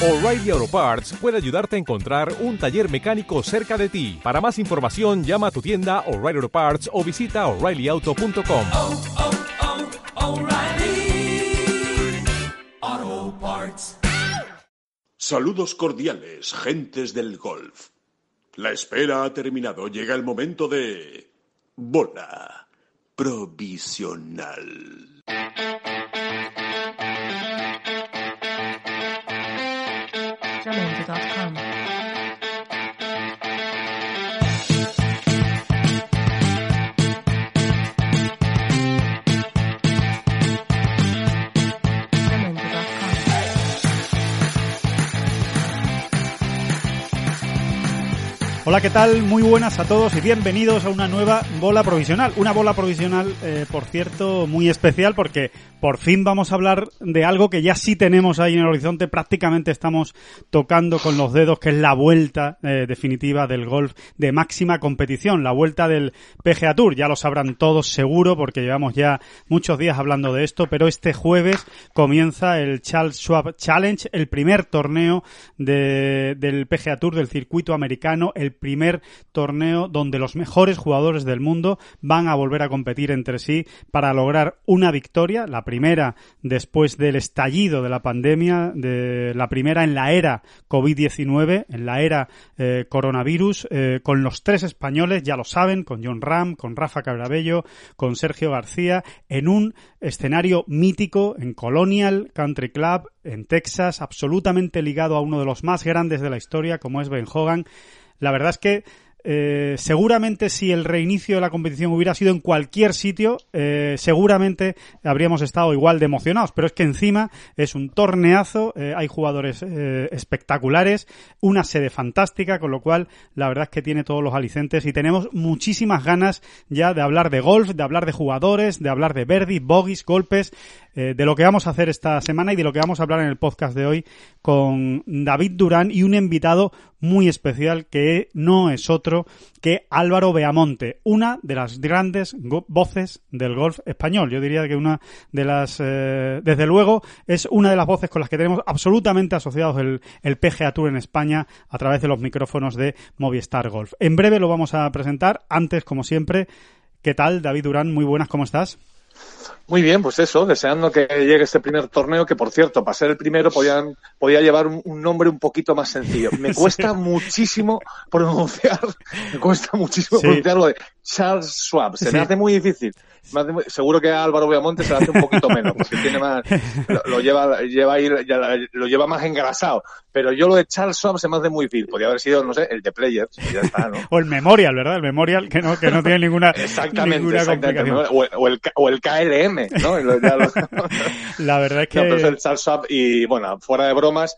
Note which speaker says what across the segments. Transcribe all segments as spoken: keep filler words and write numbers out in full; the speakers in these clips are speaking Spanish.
Speaker 1: O'Reilly Auto Parts puede ayudarte a encontrar un taller mecánico cerca de ti. Para más información, llama a tu tienda O'Reilly Auto Parts o visita O'Reilly Auto punto com.
Speaker 2: Oh, oh, oh, O'Reilly Auto Parts.
Speaker 3: Saludos cordiales, gentes del golf. La espera ha terminado. Llega el momento de... bola provisional.
Speaker 4: Jamendo punto com.
Speaker 5: Hola, ¿qué tal? Muy buenas a todos y bienvenidos a una nueva bola provisional. Una bola provisional, eh, por cierto, muy especial porque por fin vamos a hablar de algo que ya sí tenemos ahí en el horizonte. Prácticamente estamos tocando con los dedos, que es la vuelta eh, definitiva del golf de máxima competición, la vuelta del P G A Tour. Ya lo sabrán todos seguro porque llevamos ya muchos días hablando de esto, pero este jueves comienza el Charles Schwab Challenge, el primer torneo de, del P G A Tour, del circuito americano, el primer torneo donde los mejores jugadores del mundo van a volver a competir entre sí para lograr una victoria, la primera después del estallido de la pandemia, de la primera en la era covid diecinueve, en la era eh, coronavirus, eh, con los tres españoles, ya lo saben, con Jon Rahm, con Rafa Cabrabello, con Sergio García, en un escenario mítico en Colonial Country Club, en Texas, absolutamente ligado a uno de los más grandes de la historia, como es Ben Hogan. La verdad es que eh, seguramente si el reinicio de la competición hubiera sido en cualquier sitio, eh, seguramente habríamos estado igual de emocionados, pero es que encima es un torneazo, eh, hay jugadores eh, espectaculares, una sede fantástica, con lo cual la verdad es que tiene todos los alicientes y tenemos muchísimas ganas ya de hablar de golf, de hablar de jugadores, de hablar de birdies, bogies, golpes, eh, de lo que vamos a hacer esta semana y de lo que vamos a hablar en el podcast de hoy con David Durán y un invitado muy especial que no es otro que Álvaro Beamonte, una de las grandes go- voces del golf español. Yo diría que una de las, eh, desde luego, es una de las voces con las que tenemos absolutamente asociados el, el P G A Tour en España a través de los micrófonos de Movistar Golf. En breve lo vamos a presentar. Antes, como siempre, ¿qué tal, David Durán? Muy buenas, ¿cómo estás?
Speaker 6: Muy bien, pues eso, deseando que llegue este primer torneo, que por cierto, para ser el primero podían, podía llevar un, un nombre un poquito más sencillo. Me cuesta sí. muchísimo pronunciar, me cuesta muchísimo sí. pronunciar lo de Charles Schwab, se sí. me hace muy difícil. Me hace muy, seguro que a Álvaro Beamonte se le hace un poquito menos, porque tiene más, lo, lo lleva, lleva ahí, ya, lo lleva más engrasado. Pero yo lo de Charles Schwab se me hace muy difícil. Podría haber sido, no sé, el de Players, y ya está, ¿no?
Speaker 5: O el Memorial, ¿verdad? El Memorial, que no, que no tiene ninguna,
Speaker 6: exactamente,
Speaker 5: ninguna
Speaker 6: exactamente.
Speaker 5: complicación.
Speaker 6: O el, o, el, o el K L M, ¿no? Lo, ya lo...
Speaker 5: La verdad es que...
Speaker 6: No, pero es el Charles Schwab y, bueno, fuera de bromas,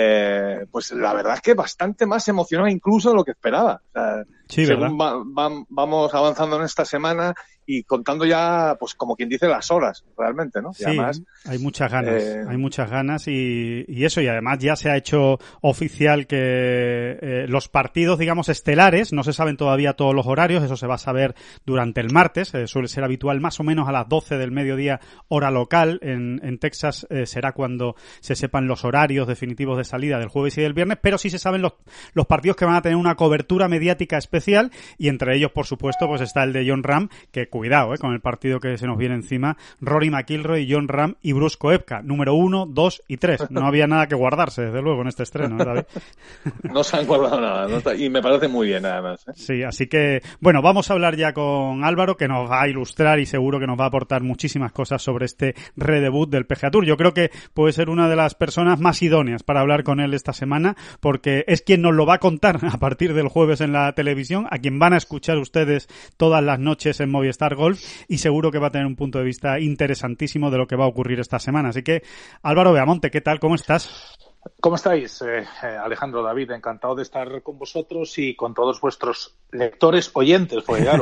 Speaker 6: eh, pues la verdad es que bastante más emocionado incluso de lo que esperaba. O sea,
Speaker 5: sí,
Speaker 6: según va, va, vamos avanzando en esta semana y contando ya, pues como quien dice, las horas, realmente, ¿no? Y
Speaker 5: sí,
Speaker 6: además,
Speaker 5: hay muchas ganas,
Speaker 6: eh...
Speaker 5: hay muchas ganas y, y eso, y además ya se ha hecho oficial que eh, los partidos, digamos, estelares, no se saben todavía todos los horarios, eso se va a saber durante el martes, eh, suele ser habitual más o menos a las doce del mediodía, hora local, en, en Texas eh, será cuando se sepan los horarios definitivos de salida del jueves y del viernes, pero sí se saben los, los partidos que van a tener una cobertura mediática especial y entre ellos, por supuesto, pues está el de Jon Rahm, que cuidado, eh, con el partido que se nos viene encima, Rory McIlroy, Jon Rahm y Brooks Koepka, número uno, dos y tres. No había nada que guardarse, desde luego, en este estreno, ¿eh, David?
Speaker 6: No se han guardado nada, ¿no? Y me parece muy bien, además, ¿eh?
Speaker 5: Sí, así que, bueno, vamos a hablar ya con Álvaro, que nos va a ilustrar y seguro que nos va a aportar muchísimas cosas sobre este redebut del P G A Tour. Yo creo que puede ser una de las personas más idóneas para hablar con él esta semana, porque es quien nos lo va a contar a partir del jueves en la televisión, a quien van a escuchar ustedes todas las noches en Movistar Golf, y seguro que va a tener un punto de vista interesantísimo de lo que va a ocurrir esta semana. Así que, Álvaro Beamonte, ¿qué tal? ¿Cómo estás?
Speaker 7: ¿Cómo estáis, eh, Alejandro, David? Encantado de estar con vosotros y con todos vuestros lectores, oyentes, porque claro,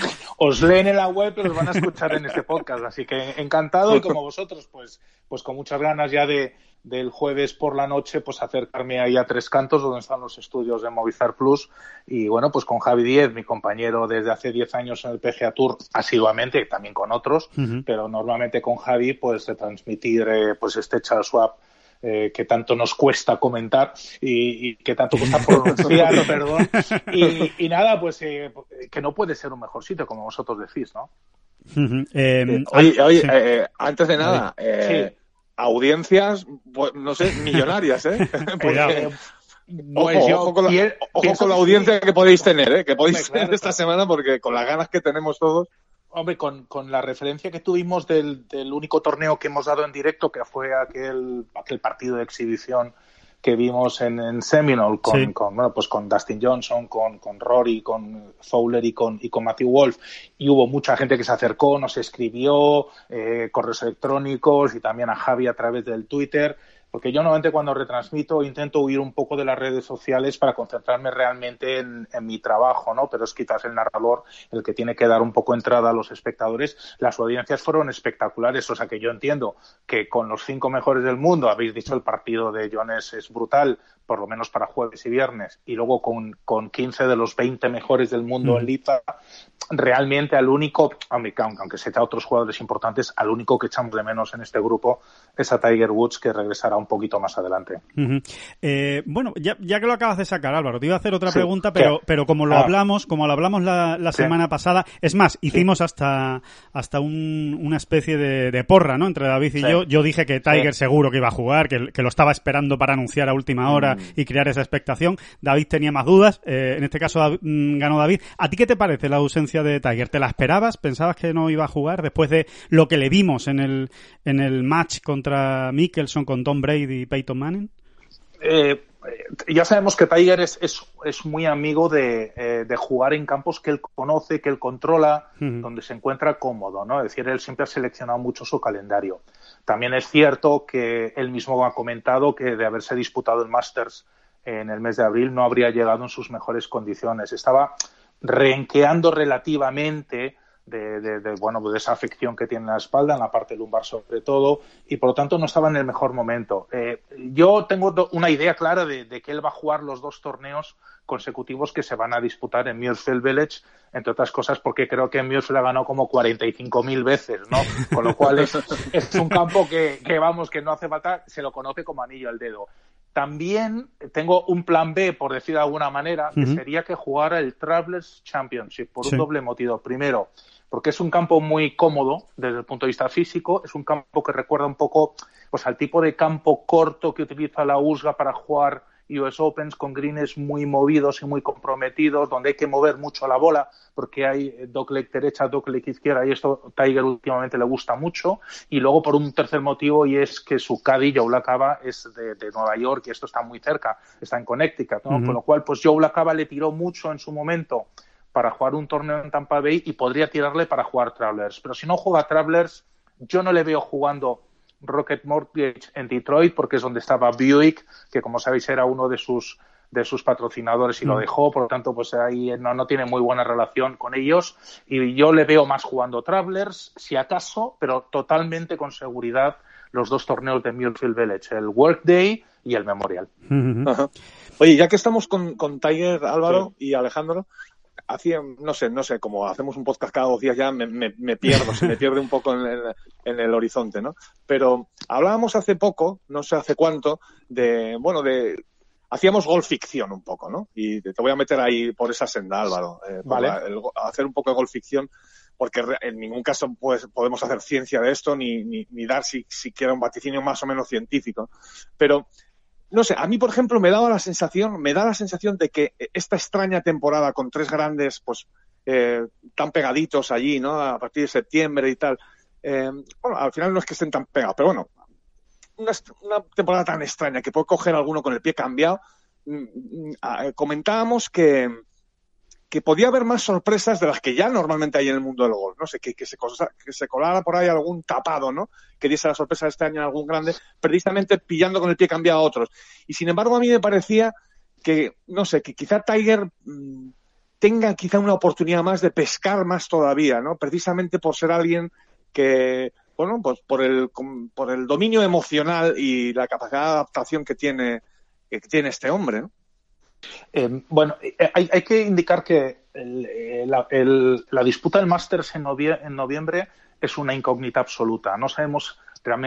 Speaker 7: os leen en la web, pero os van a escuchar en este podcast, así que encantado, y como vosotros, pues, pues con muchas ganas ya de del jueves por la noche, pues acercarme ahí a Tres Cantos, donde están los estudios de Movistar Plus, y bueno, pues con Javi Díez, mi compañero desde hace diez años en el P G A Tour, asiduamente, también con otros, uh-huh. pero normalmente con Javi, pues de transmitir eh, pues este Charles Schwab eh, que tanto nos cuesta comentar y, y que tanto cuesta pronunciar, perdón. Y, y nada, pues eh, que no puede ser un mejor sitio, como vosotros decís, ¿no?
Speaker 5: Uh-huh. Eh,
Speaker 6: oye, oye
Speaker 5: sí.
Speaker 6: eh, antes de nada, eh,
Speaker 7: Sí.
Speaker 6: audiencias, pues, no sé, millonarias, ¿eh?
Speaker 5: Cuidado.
Speaker 6: Porque,
Speaker 7: Pues
Speaker 6: ojo,
Speaker 7: yo
Speaker 6: ojo con la,
Speaker 7: pier-
Speaker 6: ojo
Speaker 7: pienso
Speaker 6: con la
Speaker 7: que
Speaker 6: audiencia
Speaker 7: sí.
Speaker 6: que podéis tener, ¿eh? Que podéis
Speaker 7: Hombre,
Speaker 6: tener
Speaker 7: claro.
Speaker 6: esta semana, porque con las ganas que tenemos todos.
Speaker 7: Hombre, con, con la referencia que tuvimos del, del único torneo que hemos dado en directo, que fue aquel, aquel partido de exhibición que vimos en, en Seminole con,
Speaker 5: Sí.
Speaker 7: con, bueno, pues con Dustin Johnson, con, con Rory, con Fowler y con, y con Matthew Wolf, y hubo mucha gente que se acercó, nos escribió, eh, correos electrónicos y también a Javi a través del Twitter, porque yo normalmente cuando retransmito intento huir un poco de las redes sociales para concentrarme realmente en, en mi trabajo, ¿no? Pero es quizás el narrador el que tiene que dar un poco entrada a los espectadores. Las audiencias fueron espectaculares, o sea que yo entiendo que con los cinco mejores del mundo, habéis dicho el partido de Jones es brutal, por lo menos para jueves y viernes, y luego con, con quince de los veinte mejores del mundo
Speaker 5: Mm.
Speaker 7: en Liza, realmente al único, aunque, aunque se echa a otros jugadores importantes, al único que echamos de menos en este grupo es a Tiger Woods, que regresará un poquito más adelante.
Speaker 5: Uh-huh. Eh, bueno, ya, ya que lo acabas de sacar, Álvaro, te iba a hacer otra
Speaker 7: Sí.
Speaker 5: pregunta, pero,
Speaker 7: ¿Qué?
Speaker 5: pero como lo
Speaker 7: Ah.
Speaker 5: hablamos, como lo hablamos la, la
Speaker 7: Sí.
Speaker 5: semana pasada, es más, hicimos hasta, hasta un, una especie de, de porra, ¿no? Entre David y
Speaker 7: Sí.
Speaker 5: yo. Yo dije que Tiger
Speaker 7: Sí.
Speaker 5: seguro que iba a jugar, que, que lo estaba esperando para anunciar a última hora
Speaker 6: Mm.
Speaker 5: y crear esa expectación. David tenía más dudas, eh, en este caso Dav- mm, ganó David. ¿A ti qué te parece la ausencia de Tiger? ¿Te la esperabas? ¿Pensabas que no iba a jugar después de lo que le vimos en el, en el match contra Mickelson con Tom Brady y Peyton Manning?
Speaker 7: Eh, ya sabemos que Tiger es, es, es muy amigo de, eh, de jugar en campos que él conoce, que él controla,
Speaker 5: Ujú.
Speaker 7: donde se encuentra cómodo, ¿no? Es decir, él siempre ha seleccionado mucho su calendario. También es cierto que él mismo ha comentado que de haberse disputado el Masters en el mes de abril no habría llegado en sus mejores condiciones. Estaba renqueando relativamente de, de, de, bueno, de esa afección que tiene en la espalda, en la parte lumbar sobre todo, y por lo tanto no estaba en el mejor momento. Eh, yo tengo do, una idea clara de, de que él va a jugar los dos torneos consecutivos que se van a disputar en Muirfield Village, entre otras cosas porque creo que Muirfield ha ganado como cuarenta y cinco mil veces, ¿no? Con lo cual es, es un campo que, que, vamos, que no hace falta, se lo conoce como anillo al dedo. También tengo un plan B, por decir de alguna manera, que
Speaker 5: Uh-huh.
Speaker 7: sería que jugara el Travelers Championship por
Speaker 5: Sí.
Speaker 7: un doble motivo. Primero, porque es un campo muy cómodo desde el punto de vista físico, es un campo que recuerda un poco pues al tipo de campo corto que utiliza la U S G A para jugar U S Opens, con greens muy movidos y muy comprometidos, donde hay que mover mucho la bola, porque hay dogleg derecha, dogleg izquierda, y esto Tiger últimamente le gusta mucho. Y luego por un tercer motivo, y es que su caddy, Joe Lacava, es de, de Nueva York, y esto está muy cerca, está en Connecticut, ¿no?
Speaker 5: Uh-huh.
Speaker 7: Con lo cual, pues Joe Lacava le tiró mucho en su momento para jugar un torneo en Tampa Bay y podría tirarle para jugar Travelers. Pero si no juega Travelers, yo no le veo jugando Rocket Mortgage en Detroit, porque es donde estaba Buick, que como sabéis era uno de sus de sus patrocinadores y mm. lo dejó, por lo tanto pues ahí no, no tiene muy buena relación con ellos, y yo le veo más jugando Travelers, si acaso, pero totalmente con seguridad los dos torneos de Muirfield Village, el Workday y el Memorial.
Speaker 5: Uh-huh.
Speaker 6: Ajá. Oye, ya que estamos con, con Tiger, Álvaro
Speaker 7: sí.
Speaker 6: y Alejandro, hacía, no sé, no sé, como hacemos un podcast cada dos días ya me, me, me pierdo, se me pierde un poco en el, en el horizonte, ¿no? Pero hablábamos hace poco, no sé hace cuánto, de, bueno, de, hacíamos golf ficción un poco, ¿no? Y te voy a meter ahí por esa senda, Álvaro, eh,
Speaker 7: vale.
Speaker 6: la, el, hacer un poco de golf ficción, porque en ningún caso pues, podemos hacer ciencia de esto, ni, ni, ni dar si, siquiera un vaticinio más o menos científico, pero no sé, a mí, por ejemplo, me daba la sensación, me da la sensación de que esta extraña temporada con tres grandes, pues, eh, tan pegaditos allí, ¿no? A partir de septiembre y tal. Eh, bueno, al final no es que estén tan pegados, pero bueno, una, una temporada tan extraña que puede coger alguno con el pie cambiado. Comentábamos que, que podía haber más sorpresas de las que ya normalmente hay en el mundo del golf, no sé, que, que, se, que se colara por ahí algún tapado, ¿no? Que diese la sorpresa de este año en algún grande, precisamente pillando con el pie cambiado a otros. Y sin embargo, a mí me parecía que, no sé, que quizá Tiger mmm, tenga quizá una oportunidad más de pescar más todavía, ¿no? Precisamente por ser alguien que, bueno, pues por el, por el dominio emocional y la capacidad de adaptación que tiene, que tiene este hombre, ¿no?
Speaker 7: Eh, bueno, hay, hay que indicar que el, la, el, la disputa del Masters en, novie- en noviembre es una incógnita absoluta. No sabemos realmente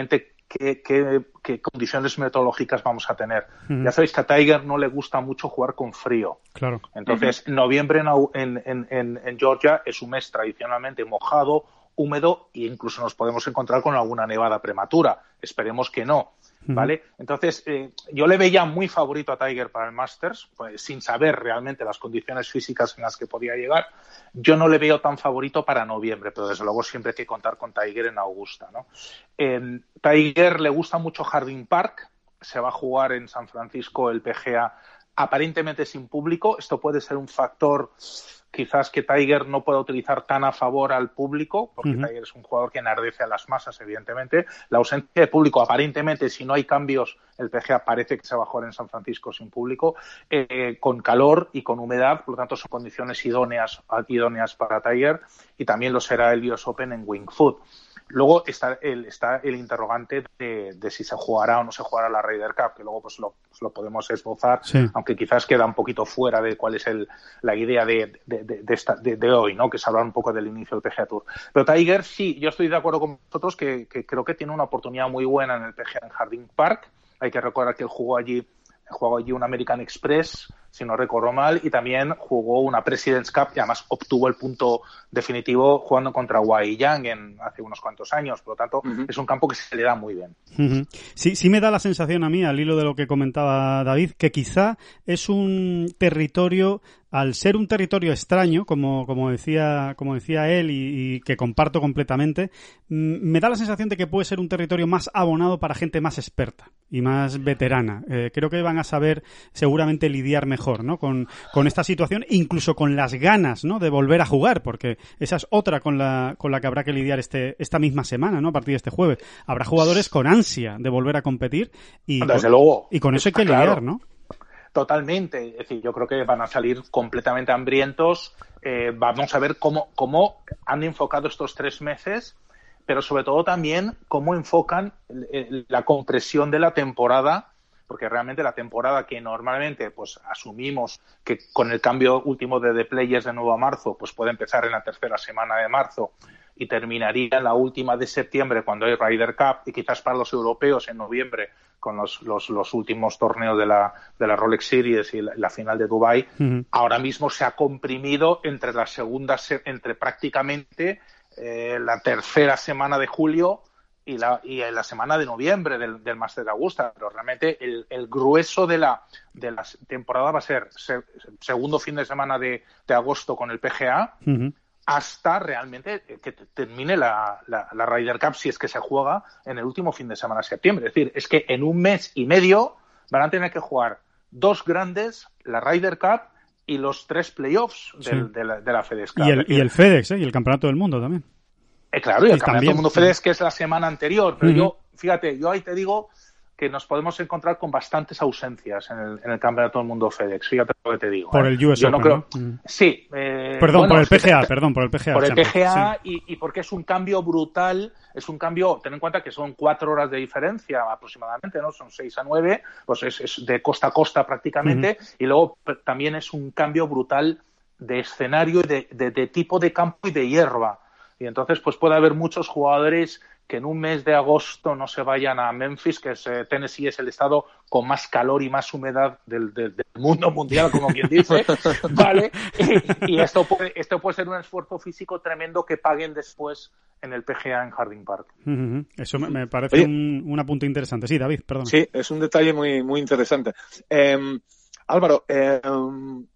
Speaker 7: qué, qué, qué condiciones meteorológicas vamos a tener.
Speaker 5: Uh-huh.
Speaker 7: Ya sabéis que a Tiger no le gusta mucho jugar con frío.
Speaker 5: Claro.
Speaker 7: Entonces, uh-huh. noviembre en, en, en, en Georgia es un mes tradicionalmente mojado, húmedo, e incluso nos podemos encontrar con alguna nevada prematura. Esperemos que no. ¿Vale? Entonces, eh, yo le veía muy favorito a Tiger para el Masters, pues, sin saber realmente las condiciones físicas en las que podía llegar. Yo no le veo tan favorito para noviembre, pero desde luego siempre hay que contar con Tiger en Augusta, ¿no? Eh, Tiger le gusta mucho Harding Park, se va a jugar en San Francisco el P G A aparentemente sin público. Esto puede ser un factor quizás que Tiger no pueda utilizar tan a favor al público, porque uh-huh. Tiger es un jugador que enardece a las masas, evidentemente. La ausencia de público, aparentemente, si no hay cambios, el P G A parece que se va a jugar en San Francisco sin público, eh, con calor y con humedad, por lo tanto son condiciones idóneas, idóneas para Tiger, y también lo será el U S Open en Winged Foot. Luego está el, está el interrogante de, de si se jugará o no se jugará la Ryder Cup, que luego pues lo, pues lo podemos esbozar, sí. aunque quizás queda un poquito fuera de cuál es el, la idea de, de, de, de, esta, de, de hoy, ¿no? Que es hablar un poco del inicio del P G A Tour. Pero Tiger, sí, yo estoy de acuerdo con vosotros que, que creo que tiene una oportunidad muy buena en el P G A en Harding Park. Hay que recordar que él jugó allí, jugó allí un American Express, si no recuerdo mal, y también jugó una President's Cup y además obtuvo el punto definitivo jugando contra Wei Yang en hace unos cuantos años. Por lo tanto, uh-huh. es un campo que se le da muy bien.
Speaker 5: Uh-huh. Sí, sí me da la sensación a mí, al hilo de lo que comentaba David, que quizá es un territorio, al ser un territorio extraño, como, como decía, como decía él y, y que comparto completamente, me da la sensación de que puede ser un territorio más abonado para gente más experta y más veterana. Eh, creo que van a saber seguramente lidiar mejor, ¿no? Con, con esta situación, incluso con las ganas, ¿no? De volver a jugar, porque esa es otra con la, con la que habrá que lidiar este, esta misma semana, ¿no? A partir de este jueves. Habrá jugadores con ansia de volver a competir y,
Speaker 7: Desde
Speaker 5: con,
Speaker 7: luego.
Speaker 5: y con eso hay que
Speaker 7: Claro.
Speaker 5: lidiar, ¿no?
Speaker 7: Totalmente. Es decir, yo creo que van a salir completamente hambrientos. Eh, vamos a ver cómo, cómo han enfocado estos tres meses, pero sobre todo también cómo enfocan la compresión de la temporada, porque realmente la temporada que normalmente pues asumimos que con el cambio último de The Players de nuevo a marzo, pues puede empezar en la tercera semana de marzo y terminaría en la última de septiembre cuando hay Ryder Cup, y quizás para los europeos en noviembre con los, los, los últimos torneos de la, de la Rolex Series y la, la final de Dubái. Uh-huh. Ahora mismo se ha comprimido entre la segunda, entre prácticamente eh, la tercera semana de julio y la, y la semana de noviembre del, del Master de Augusta, pero realmente el, el grueso de la, de la temporada va a ser se, segundo fin de semana de, de agosto con el P G A, uh-huh. hasta realmente que termine la, la, la Ryder Cup, si es que se juega en el último fin de semana de septiembre. Es decir, es que en un mes y medio van a tener que jugar dos grandes, la Ryder Cup y los tres playoffs sí. del, de, la, de la FedEx Cup.
Speaker 5: Y el, y el FedEx, ¿eh? Y el Campeonato del Mundo también.
Speaker 7: Eh, claro, y el
Speaker 5: y
Speaker 7: Campeonato
Speaker 5: también,
Speaker 7: del Mundo FedEx, que es la semana anterior. Pero
Speaker 5: uh-huh.
Speaker 7: yo, fíjate, yo ahí te digo que nos podemos encontrar con bastantes ausencias en el, en el Campeonato del Mundo FedEx. Fíjate lo que te digo.
Speaker 5: Por
Speaker 7: ¿eh?
Speaker 5: el U S
Speaker 7: Yo
Speaker 5: Open,
Speaker 7: no creo...
Speaker 5: ¿no?
Speaker 7: Sí. Eh,
Speaker 5: perdón,
Speaker 7: bueno,
Speaker 5: por el P G A,
Speaker 7: sí,
Speaker 5: perdón, por el P G A.
Speaker 7: Por el P G A
Speaker 5: sí.
Speaker 7: y, y porque es un cambio brutal, es un cambio, ten en cuenta que son cuatro horas de diferencia aproximadamente, ¿no? Son seis a nueve, pues es, es de costa a costa prácticamente, uh-huh. y luego también es un cambio brutal de escenario y de, de, de tipo de campo y de hierba. Y entonces pues puede haber muchos jugadores que en un mes de agosto no se vayan a Memphis, que es, eh, Tennessee es el estado con más calor y más humedad del, del, del mundo mundial, como quien dice, ¿vale? Y, y esto puede, esto puede ser un esfuerzo físico tremendo que paguen después en el P G A en Harding Park.
Speaker 5: Uh-huh. Eso me, me parece
Speaker 6: Oye,
Speaker 5: un, un apunte interesante. Sí, David, perdón.
Speaker 6: Sí, es un detalle muy, muy interesante. Eh, Álvaro, eh, en,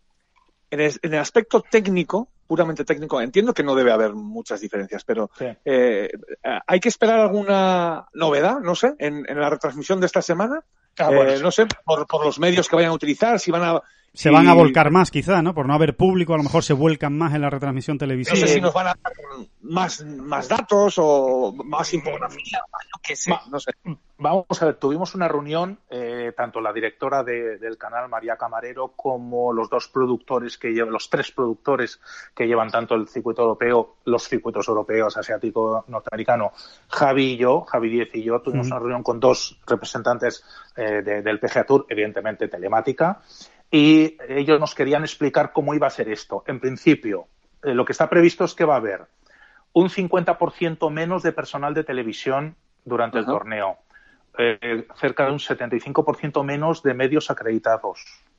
Speaker 6: el, en el aspecto técnico, puramente técnico, entiendo que no debe haber muchas diferencias, pero sí. eh, ¿hay que esperar alguna novedad, no sé, en, en la retransmisión de esta semana? Ah, bueno, eh, sí. No sé, por, por los medios que vayan a utilizar, si van a...
Speaker 5: Se
Speaker 6: si...
Speaker 5: van a volcar más, quizá, ¿no? Por no haber público, a lo mejor se vuelcan más en la retransmisión televisiva.
Speaker 6: No sé si nos van a dar más, más datos o más infografía, yo qué sé, no sé.
Speaker 7: Vamos a ver, tuvimos una reunión, eh, tanto la directora de, del canal, María Camarero, como los dos productores que llevan, los tres productores que llevan tanto el circuito europeo, los circuitos europeos, asiático, norteamericano, Javi y yo, Javi Diez y yo, tuvimos uh-huh. una reunión con dos representantes eh, de, del P G A Tour, evidentemente telemática, y ellos nos querían explicar cómo iba a ser esto. En principio, eh, lo que está previsto es que va a haber un cincuenta por ciento menos de personal de televisión durante
Speaker 6: Ajá.
Speaker 7: el torneo. Eh, cerca de un setenta y cinco por ciento menos de medios acreditados.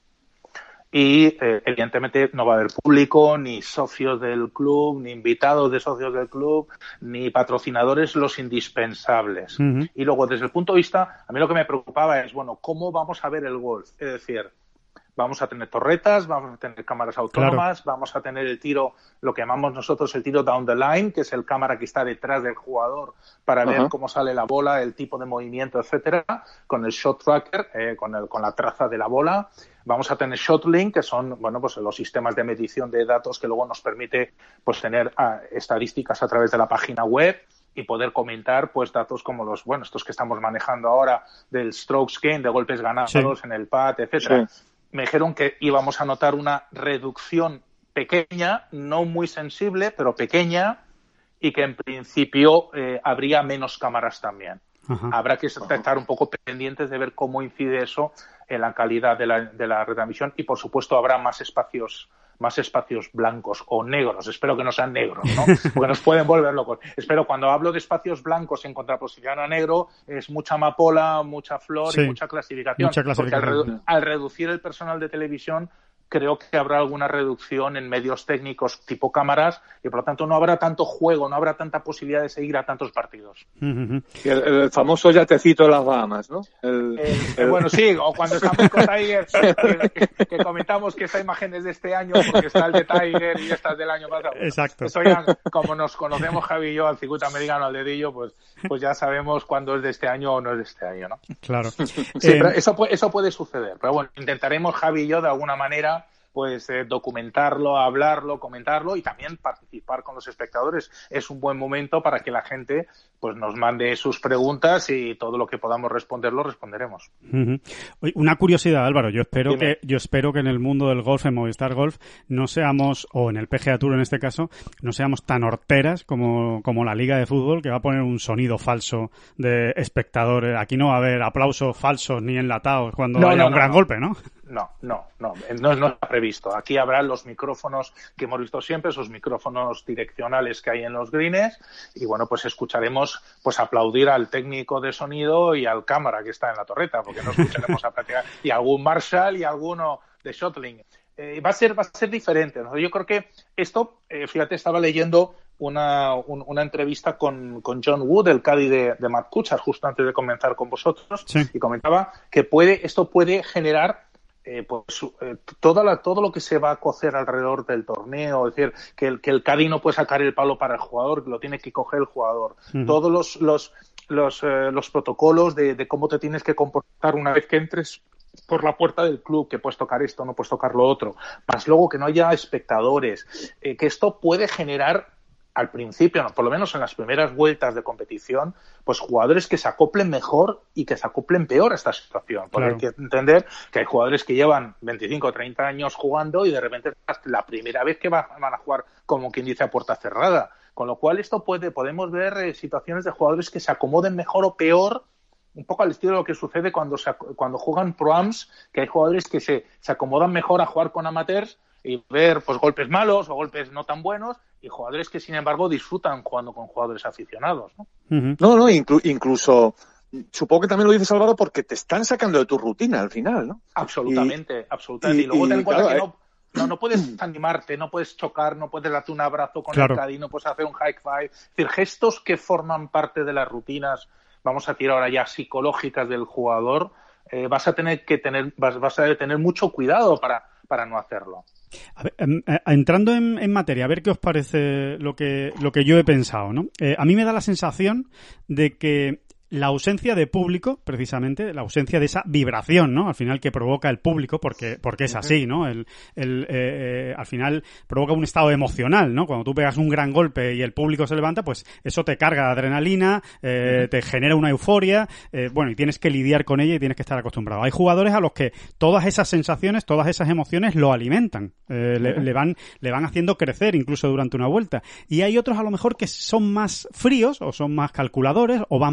Speaker 7: Y eh, evidentemente no va a haber público, ni socios del club, ni invitados de socios del club, ni patrocinadores, los indispensables.
Speaker 5: Uh-huh.
Speaker 7: Y luego, desde el punto de vista, a mí lo que me preocupaba es, bueno, ¿cómo vamos a ver el golf? Es decir, vamos a tener torretas, vamos a tener cámaras autónomas, claro. Vamos a tener el tiro, lo que llamamos nosotros el tiro down the line, que es el cámara que está detrás del jugador para uh-huh. ver cómo sale la bola, el tipo de movimiento, etcétera, con el shot tracker, eh, con, el, con la traza de la bola. Vamos a tener ShotLink, que son, bueno, pues los sistemas de medición de datos que luego nos permite, pues, tener uh, estadísticas a través de la página web y poder comentar, pues, datos como los, bueno, estos que estamos manejando ahora del strokes gain, de golpes ganados sí. en el pad, etcétera. Sí. Me dijeron que íbamos a notar una reducción pequeña, no muy sensible, pero pequeña, y que en principio eh, habría menos cámaras también. Ajá. Habrá que estar un poco pendientes de ver cómo incide eso en la calidad de la, de la retransmisión y, por supuesto, habrá más espacios más espacios blancos o negros. Espero que no sean negros, ¿no? Porque nos pueden volver locos. Espero, cuando hablo de espacios blancos en contraposición a negro, es mucha amapola, mucha flor sí, y mucha clasificación. Mucha clasificación. Porque al, redu- al reducir el personal de televisión, creo que habrá alguna reducción en medios técnicos tipo cámaras y, por lo tanto, no habrá tanto juego, no habrá tanta posibilidad de seguir a tantos partidos.
Speaker 6: Uh-huh. Y el, el famoso yatecito de las Bahamas, ¿no? El,
Speaker 7: el, el... Bueno, sí, o cuando estamos con Tiger, que, que, que comentamos que esta imagen es de este año porque está el de Tiger y esta es del año pasado.
Speaker 5: Exacto.
Speaker 7: Eso ya, como nos conocemos Javi y yo al circuito americano al dedillo, pues, pues ya sabemos cuándo es de este año o no es de este año, ¿no?
Speaker 5: Claro.
Speaker 7: Sí, eh... pero eso, eso puede suceder. Pero bueno, intentaremos Javi y yo de alguna manera pues eh, documentarlo, hablarlo, comentarlo y también participar con los espectadores. Es un buen momento para que la gente pues nos mande sus preguntas y todo lo que podamos responderlo, responderemos.
Speaker 5: Uh-huh. Oye, una curiosidad, Álvaro. Yo espero Dime. que yo espero que en el mundo del golf, en Movistar Golf, no seamos, o en el P G A Tour en este caso, no seamos tan horteras como, como la Liga de Fútbol, que va a poner un sonido falso de espectadores. Aquí no va a haber aplausos falsos ni enlatados cuando
Speaker 7: no,
Speaker 5: haya
Speaker 7: no,
Speaker 5: un
Speaker 7: no,
Speaker 5: gran
Speaker 7: no.
Speaker 5: golpe, ¿no?
Speaker 7: No, no, no, no, no está previsto. Aquí habrá los micrófonos que hemos visto siempre, esos micrófonos direccionales que hay en los greens, y bueno, pues escucharemos pues aplaudir al técnico de sonido y al cámara que está en la torreta, porque no escucharemos a practicar, y algún Marshall y alguno de ShotLink. Eh, va a ser, va a ser diferente, ¿no? Yo creo que esto, eh, fíjate, estaba leyendo una, un, una entrevista con, con John Wood, el caddy de, de Matt Kuchar, justo antes de comenzar con vosotros,
Speaker 5: sí.
Speaker 7: y comentaba que puede, esto puede generar Eh, pues eh, toda la, todo lo que se va a cocer alrededor del torneo, es decir, que el, que el caddy no puede sacar el palo para el jugador, que lo tiene que coger el jugador. Uh-huh. Todos los los los, eh, los protocolos de, de cómo te tienes que comportar una vez que entres por la puerta del club, que puedes tocar esto, no puedes tocar lo otro, más luego que no haya espectadores, eh, que esto puede generar al principio, no, por lo menos en las primeras vueltas de competición, pues jugadores que se acoplen mejor y que se acoplen peor a esta situación. Porque claro. Hay que entender que hay jugadores que llevan veinticinco o treinta años jugando y de repente es la primera vez que van a jugar, como quien dice, a puerta cerrada. Con lo cual esto puede, podemos ver eh, situaciones de jugadores que se acomoden mejor o peor, un poco al estilo de lo que sucede cuando se, cuando juegan Pro-Ams, que hay jugadores que se, se acomodan mejor a jugar con amateurs y ver pues golpes malos o golpes no tan buenos, y jugadores que, sin embargo, disfrutan jugando con jugadores aficionados, ¿no?
Speaker 6: Uh-huh. No, no, inclu- incluso, supongo que también lo dices, Álvaro, porque te están sacando de tu rutina al final, ¿no?
Speaker 7: Absolutamente,
Speaker 6: y,
Speaker 7: absolutamente. Y, y luego
Speaker 6: y,
Speaker 7: ten en cuenta
Speaker 6: claro,
Speaker 7: que no, no, no puedes animarte, no puedes chocar, no puedes darte un abrazo con claro. el caddy, no puedes hacer un high five. Es decir, gestos que forman parte de las rutinas, vamos a decir ahora ya psicológicas del jugador, eh, vas a tener que tener, vas, vas a tener mucho cuidado para, para no hacerlo.
Speaker 5: A ver, eh, entrando en, en materia, a ver qué os parece lo que, lo que yo he pensado, ¿no? Eh, a mí me da la sensación de que la ausencia de público, precisamente, la ausencia de esa vibración, ¿no? Al final que provoca el público, porque porque es así, ¿no? El, el eh, eh, al final provoca un estado emocional, ¿no? Cuando tú pegas un gran golpe y el público se levanta, pues eso te carga de adrenalina, eh, te genera una euforia, eh, bueno, y tienes que lidiar con ella y tienes que estar acostumbrado. Hay jugadores a los que todas esas sensaciones, todas esas emociones lo alimentan, eh, le, le van le van haciendo crecer incluso durante una vuelta. Y hay otros a lo mejor que son más fríos o son más calculadores o van más en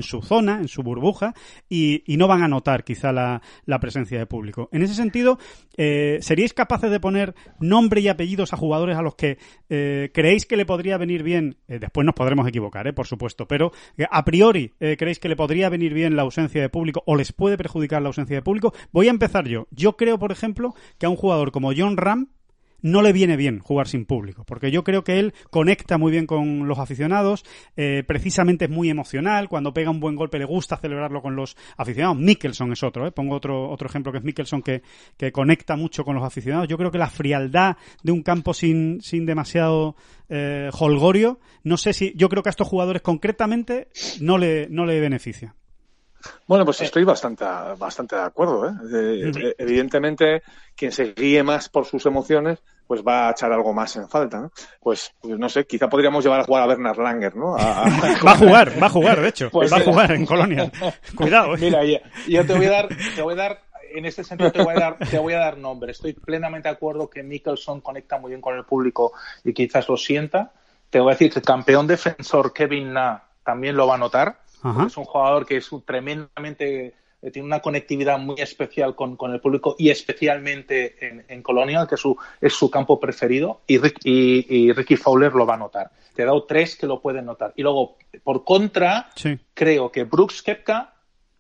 Speaker 5: su zona, en su burbuja, y, y no van a notar quizá la, la presencia de público. En ese sentido, eh, ¿seríais capaces de poner nombre y apellidos a jugadores a los que eh, creéis que le podría venir bien? Eh, después nos podremos equivocar, eh, por supuesto, pero eh, a priori eh, creéis que le podría venir bien la ausencia de público o les puede perjudicar la ausencia de público. Voy a empezar yo. Yo creo, por ejemplo, que a un jugador como Jon Rahm no le viene bien jugar sin público, porque yo creo que él conecta muy bien con los aficionados, eh, precisamente es muy emocional, cuando pega un buen golpe le gusta celebrarlo con los aficionados. Mickelson es otro, ¿eh? Pongo otro otro ejemplo que es Mickelson, que, que conecta mucho con los aficionados. Yo creo que la frialdad de un campo sin, sin demasiado eh, holgorio, no sé si, yo creo que a estos jugadores concretamente no le, no le beneficia.
Speaker 6: Bueno, pues estoy bastante bastante de acuerdo, ¿eh? Eh,
Speaker 5: Uh-huh.
Speaker 6: Evidentemente, quien se guíe más por sus emociones, pues va a echar algo más en falta, ¿no? Pues, pues no sé, quizá podríamos llevar a jugar a Bernard Langer, ¿no? A, a...
Speaker 5: Va a jugar, va a jugar, de hecho.
Speaker 7: Pues
Speaker 5: va
Speaker 7: mira.
Speaker 5: a jugar en Colonia. Cuidado, ¿eh?
Speaker 7: Mira, yo, yo te voy a dar, te voy a dar, en este sentido te voy a dar, te voy a dar nombre. Estoy plenamente de acuerdo que Mickelson conecta muy bien con el público y quizás lo sienta. Te voy a decir que el campeón defensor Kevin Na también lo va a notar.
Speaker 5: Ajá.
Speaker 7: Es un jugador que es un tremendamente, eh, tiene una conectividad muy especial con, con el público y especialmente en, en Colonial, que es su, es su campo preferido, y, Rick, y, y Ricky Fowler lo va a notar. Te he dado tres que lo pueden notar. Y luego, por contra,
Speaker 5: Sí.
Speaker 7: creo que Brooks Koepka,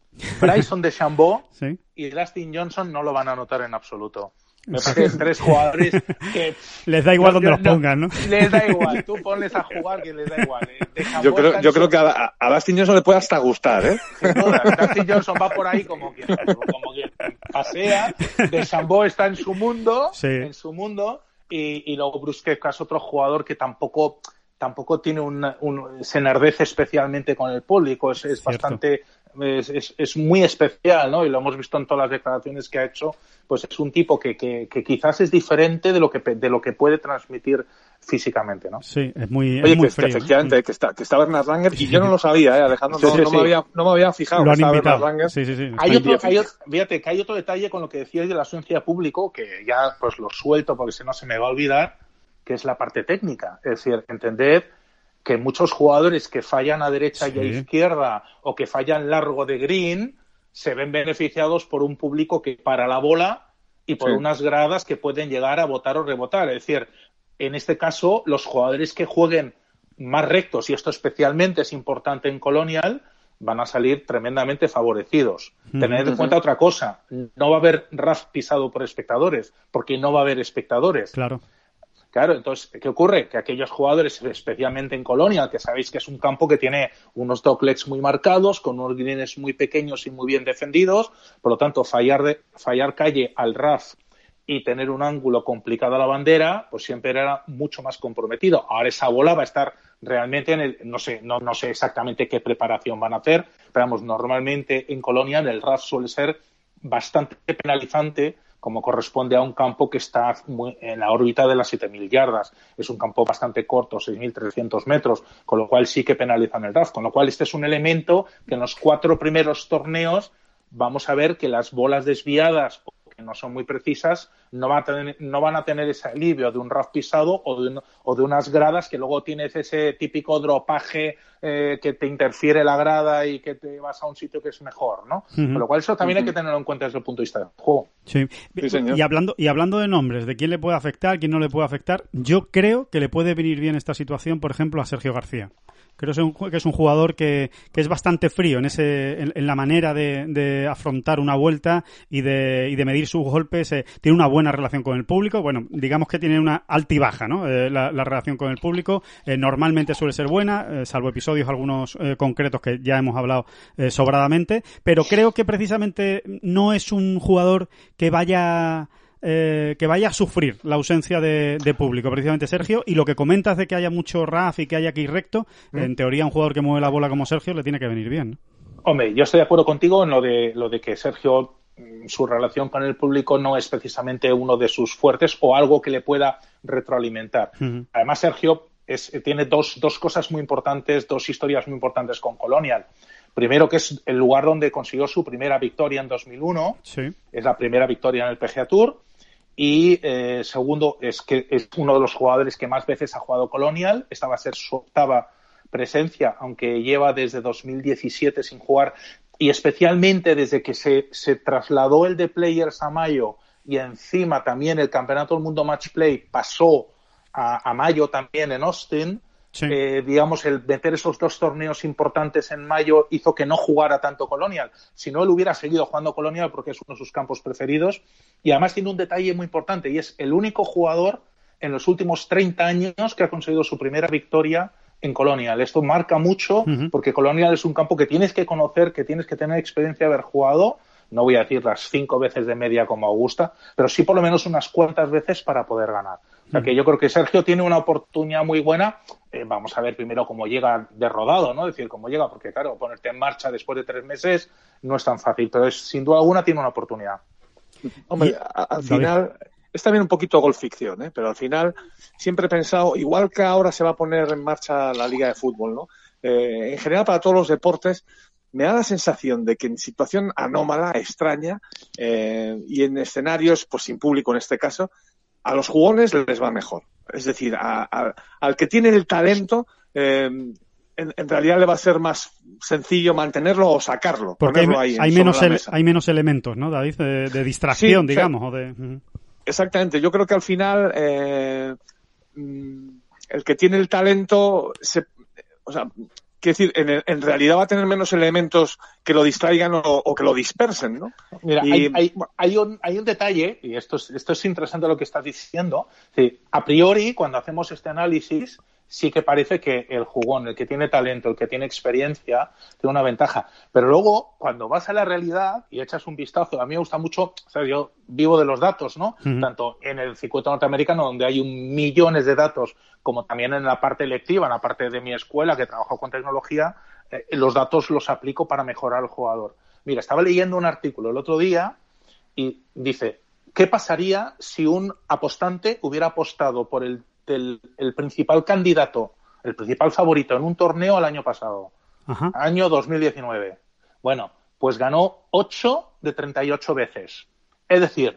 Speaker 7: Bryson DeChambeau
Speaker 5: Sí.
Speaker 7: y Dustin Johnson no lo van a notar en absoluto. Me parece tres jugadores que...
Speaker 5: Les da igual
Speaker 7: No,
Speaker 5: donde
Speaker 7: yo-
Speaker 5: los
Speaker 7: no,
Speaker 5: pongan, ¿no?
Speaker 7: Les da igual. Tú ponles a jugar que les da igual. eh. DeChambeau
Speaker 6: Yo creo,
Speaker 7: está en
Speaker 6: yo
Speaker 7: su-
Speaker 6: creo que a, a Dustin Johnson le puede hasta gustar, ¿eh?
Speaker 7: sin duda. Dustin Johnson va por ahí como quien, como quien pasea. DeChambeau está en su mundo,
Speaker 5: Sí.
Speaker 7: en su mundo, y, y luego Brooks Koepka es otro jugador que tampoco tampoco tiene un, un se enardece especialmente con el público, es, es
Speaker 5: Cierto.
Speaker 7: bastante es, es, es muy especial, ¿no? Y lo hemos visto en todas las declaraciones que ha hecho, pues es un tipo que, que, que quizás es diferente de lo que de lo que puede transmitir físicamente, ¿no?
Speaker 5: Sí, es muy,
Speaker 6: Oye,
Speaker 5: es muy
Speaker 6: que, que
Speaker 5: frío. ¿eh?
Speaker 6: efectivamente, que está, que está Bernard Langer, y yo no lo sabía, ¿eh, Alejandro? No,
Speaker 7: Sí, sí,
Speaker 6: no
Speaker 7: sí.
Speaker 6: me había, no me había fijado
Speaker 5: Lo
Speaker 6: que
Speaker 5: han
Speaker 6: estaba
Speaker 5: invitado.
Speaker 6: Bernard Langer.
Speaker 5: Sí, sí, sí.
Speaker 7: Hay
Speaker 6: Está
Speaker 7: otro, hay
Speaker 6: bien.
Speaker 7: otro- fíjate que hay otro detalle con lo que decíais de la ausencia de público, que ya pues lo suelto porque si no se me va a olvidar, que es la parte técnica. Es decir, entended que muchos jugadores que fallan a derecha y a
Speaker 5: Sí.
Speaker 7: izquierda o que fallan largo de green se ven beneficiados por un público que para la bola y por
Speaker 6: Sí.
Speaker 7: unas gradas que pueden llegar a botar o rebotar. Es decir, en este caso, los jugadores que jueguen más rectos, y esto especialmente es importante en Colonial, van a salir tremendamente favorecidos.
Speaker 5: Ujú.
Speaker 7: Tened en cuenta otra cosa, no va a haber R A F pisado por espectadores, porque no va a haber espectadores.
Speaker 5: Claro.
Speaker 7: Claro, entonces, ¿qué ocurre? Que aquellos jugadores, especialmente en Colonial, que sabéis que es un campo que tiene unos doglets muy marcados, con unos greens muy pequeños y muy bien defendidos, por lo tanto, fallar, de, fallar calle al R A F y tener un ángulo complicado a la bandera, pues siempre era mucho más comprometido. Ahora esa bola va a estar realmente en el, no sé, no, no sé exactamente qué preparación van a hacer, pero vamos, normalmente en Colonial el R A F suele ser bastante penalizante, como corresponde a un campo que está muy en la órbita de las siete mil yardas. Es un campo bastante corto, seis mil trescientos metros, con lo cual sí que penalizan el R A F. Con lo cual este es un elemento que en los cuatro primeros torneos vamos a ver que las bolas desviadas o que no son muy precisas no van a tener, no van a tener ese alivio de un R A F pisado o de, un, o de unas gradas que luego tienes ese típico dropaje eh, que te interfiere la grada y que te vas a un sitio que es mejor, ¿no?
Speaker 5: Ujú.
Speaker 7: Con lo cual eso también hay que tenerlo en cuenta desde el punto de vista del juego.
Speaker 5: Sí.
Speaker 6: Sí, señor.
Speaker 5: Y hablando y hablando de nombres, de quién le puede afectar, quién no le puede afectar, yo creo que le puede venir bien esta situación, por ejemplo, a Sergio García. Creo que es un, que es un jugador que, que es bastante frío en ese en, en la manera de, de afrontar una vuelta y de, y de medir sus golpes. Eh, tiene una buena relación con el público. Bueno, digamos que tiene una alta y baja, ¿no? Eh, la, la relación con el público eh, normalmente suele ser buena, eh, salvo episodios algunos eh, concretos que ya hemos hablado eh, sobradamente. Pero creo que precisamente no es un jugador que vaya... Eh, que vaya a sufrir la ausencia de, de público, precisamente Sergio, y lo que comentas de que haya mucho R A F y que haya aquí recto,
Speaker 7: ¿Mm?
Speaker 5: en teoría un jugador que mueve la bola como Sergio le tiene que venir bien, ¿no?
Speaker 7: Hombre, yo estoy de acuerdo contigo en lo de lo de que Sergio, su relación con el público no es precisamente uno de sus fuertes o algo que le pueda retroalimentar.
Speaker 5: Uh-huh.
Speaker 7: Además, Sergio es, tiene dos, dos cosas muy importantes, dos historias muy importantes con Colonial. Primero, que es el lugar donde consiguió su primera victoria en dos mil uno,
Speaker 5: Sí.
Speaker 7: es la primera victoria en el P G A Tour. Y eh, segundo, es que es uno de los jugadores que más veces ha jugado Colonial. Esta va a ser su octava presencia, aunque lleva desde dos mil diecisiete sin jugar, y especialmente desde que se, se trasladó el de Players a mayo y encima también el Campeonato del Mundo Match Play pasó a, a mayo también en Austin. Sí. Eh, digamos, el meter esos dos torneos importantes en mayo hizo que no jugara tanto Colonial. Si no, él hubiera seguido jugando Colonial porque es uno de sus campos preferidos. Y además tiene un detalle muy importante, y es el único jugador en los últimos treinta años que ha conseguido su primera victoria en Colonial. Esto marca mucho, uh-huh. porque Colonial es un campo que tienes que conocer, que tienes que tener experiencia de haber jugado. No voy a decir las cinco veces de media como Augusta, pero sí por lo menos unas cuantas veces para poder ganar. O sea que yo creo que Sergio tiene una oportunidad muy buena. Eh, vamos a ver primero cómo llega de rodado, ¿no? Es decir, cómo llega, porque claro, ponerte en marcha después de tres meses no es tan fácil, pero es, sin duda alguna tiene una oportunidad.
Speaker 6: Hombre, a, al final es también un poquito golf ficción, ¿eh? Pero al final siempre he pensado, igual que ahora se va a poner en marcha la Liga de Fútbol, ¿no? Eh, en general para todos los deportes, me da la sensación de que en situación anómala, extraña, eh, y en escenarios, pues sin público en este caso, a los jugones les va mejor. Es decir, a, a, al que tiene el talento, eh, en, en realidad le va a ser más sencillo mantenerlo o sacarlo.
Speaker 5: Porque
Speaker 6: ponerlo
Speaker 5: hay,
Speaker 6: ahí
Speaker 5: hay, menos ele- hay menos elementos, ¿no, David? De, de distracción, sí, digamos. O de... Uh-huh.
Speaker 6: Exactamente. Yo creo que al final eh, el que tiene el talento, se, o sea, quiero decir, en, en realidad va a tener menos elementos que lo distraigan o, o que lo dispersen, ¿no?
Speaker 7: Mira,
Speaker 6: y...
Speaker 7: hay, hay, hay, un, hay un detalle, y esto es, esto es interesante lo que estás diciendo. Sí, a priori, cuando hacemos este análisis, sí que parece que el jugón, el que tiene talento, el que tiene experiencia, tiene una ventaja. Pero luego, cuando vas a la realidad y echas un vistazo, a mí me gusta mucho, o sea, yo vivo de los datos, ¿no? Uh-huh. Tanto en el circuito norteamericano, donde hay un millones de datos, como también en la parte electiva, en la parte de mi escuela, que trabajo con tecnología, eh, los datos los aplico para mejorar al jugador. Mira, estaba leyendo un artículo el otro día y dice, ¿qué pasaría si un apostante hubiera apostado por el El, el principal candidato, el principal favorito en un torneo el año pasado, Ajá. año dos mil diecinueve? Bueno, pues ganó ocho de treinta y ocho veces. Es decir,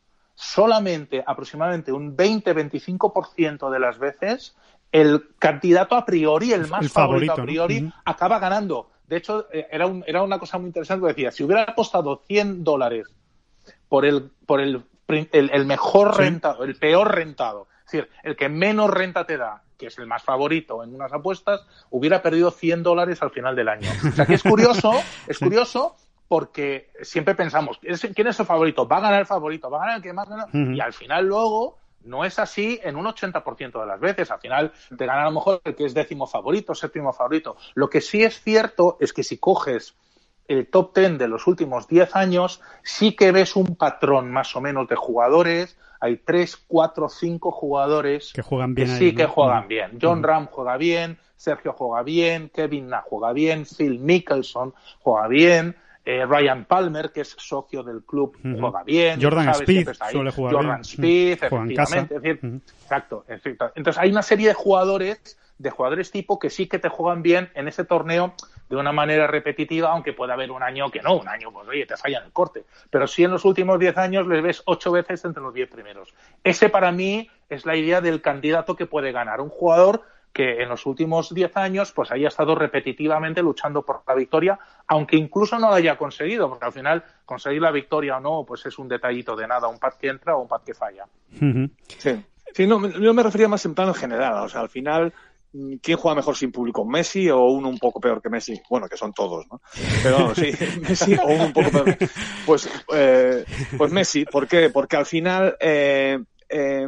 Speaker 7: solamente aproximadamente un veinte a veinticinco por ciento de las veces el candidato a priori, el más el favorito, favorito a priori, ¿no? uh-huh. acaba ganando. De hecho, era, un, era una cosa muy interesante. Decía, si hubiera apostado cien dólares por el, por el, el, el mejor sí. rentado, el peor rentado, es decir, el que menos renta te da, que es el más favorito en unas apuestas, hubiera perdido cien dólares al final del año. O sea que es curioso, es curioso porque siempre pensamos, ¿quién es el favorito? Va a ganar el favorito, va a ganar el que más gana. Uh-huh. Y al final luego no es así en un ochenta por ciento de las veces. Al final te gana a lo mejor el que es décimo favorito, séptimo favorito. Lo que sí es cierto es que si coges el top diez de los últimos diez años, sí que ves un patrón más o menos de jugadores. Hay tres, cuatro, cinco jugadores
Speaker 5: que juegan bien.
Speaker 7: Que
Speaker 5: ahí,
Speaker 7: sí
Speaker 5: ¿no?
Speaker 7: que juegan bien. John
Speaker 5: uh-huh.
Speaker 7: Ram juega bien, Sergio juega bien, Kevin Na juega bien, Phil Mickelson juega bien, eh, Ryan Palmer, que es socio del club, uh-huh. juega bien.
Speaker 5: Jordan Spieth suele jugar
Speaker 7: Jordan
Speaker 5: bien.
Speaker 7: Spieth,
Speaker 5: uh-huh.
Speaker 7: efectivamente. Es decir,
Speaker 5: uh-huh.
Speaker 7: exacto, exacto. Entonces hay una serie de jugadores, de jugadores tipo que sí que te juegan bien en ese torneo de una manera repetitiva, aunque pueda haber un año que no, un año, pues oye, te fallan el corte. Pero sí en los últimos diez años les ves ocho veces entre los diez primeros. Ese para mí es la idea del candidato que puede ganar. Un jugador que en los últimos diez años pues haya estado repetitivamente luchando por la victoria, aunque incluso no lo haya conseguido, porque al final conseguir la victoria o no, pues es un detallito de nada, un pad que entra o un pad que falla.
Speaker 5: Uh-huh.
Speaker 6: Sí, sí, no, yo me refería más en plano general, o sea, al final... ¿Quién juega mejor sin público? ¿Messi o uno un poco peor que Messi? Bueno, que son todos, ¿no? Pero bueno, sí, Messi o uno un poco peor. Pues, eh, pues Messi. ¿Por qué? Porque al final, eh, eh,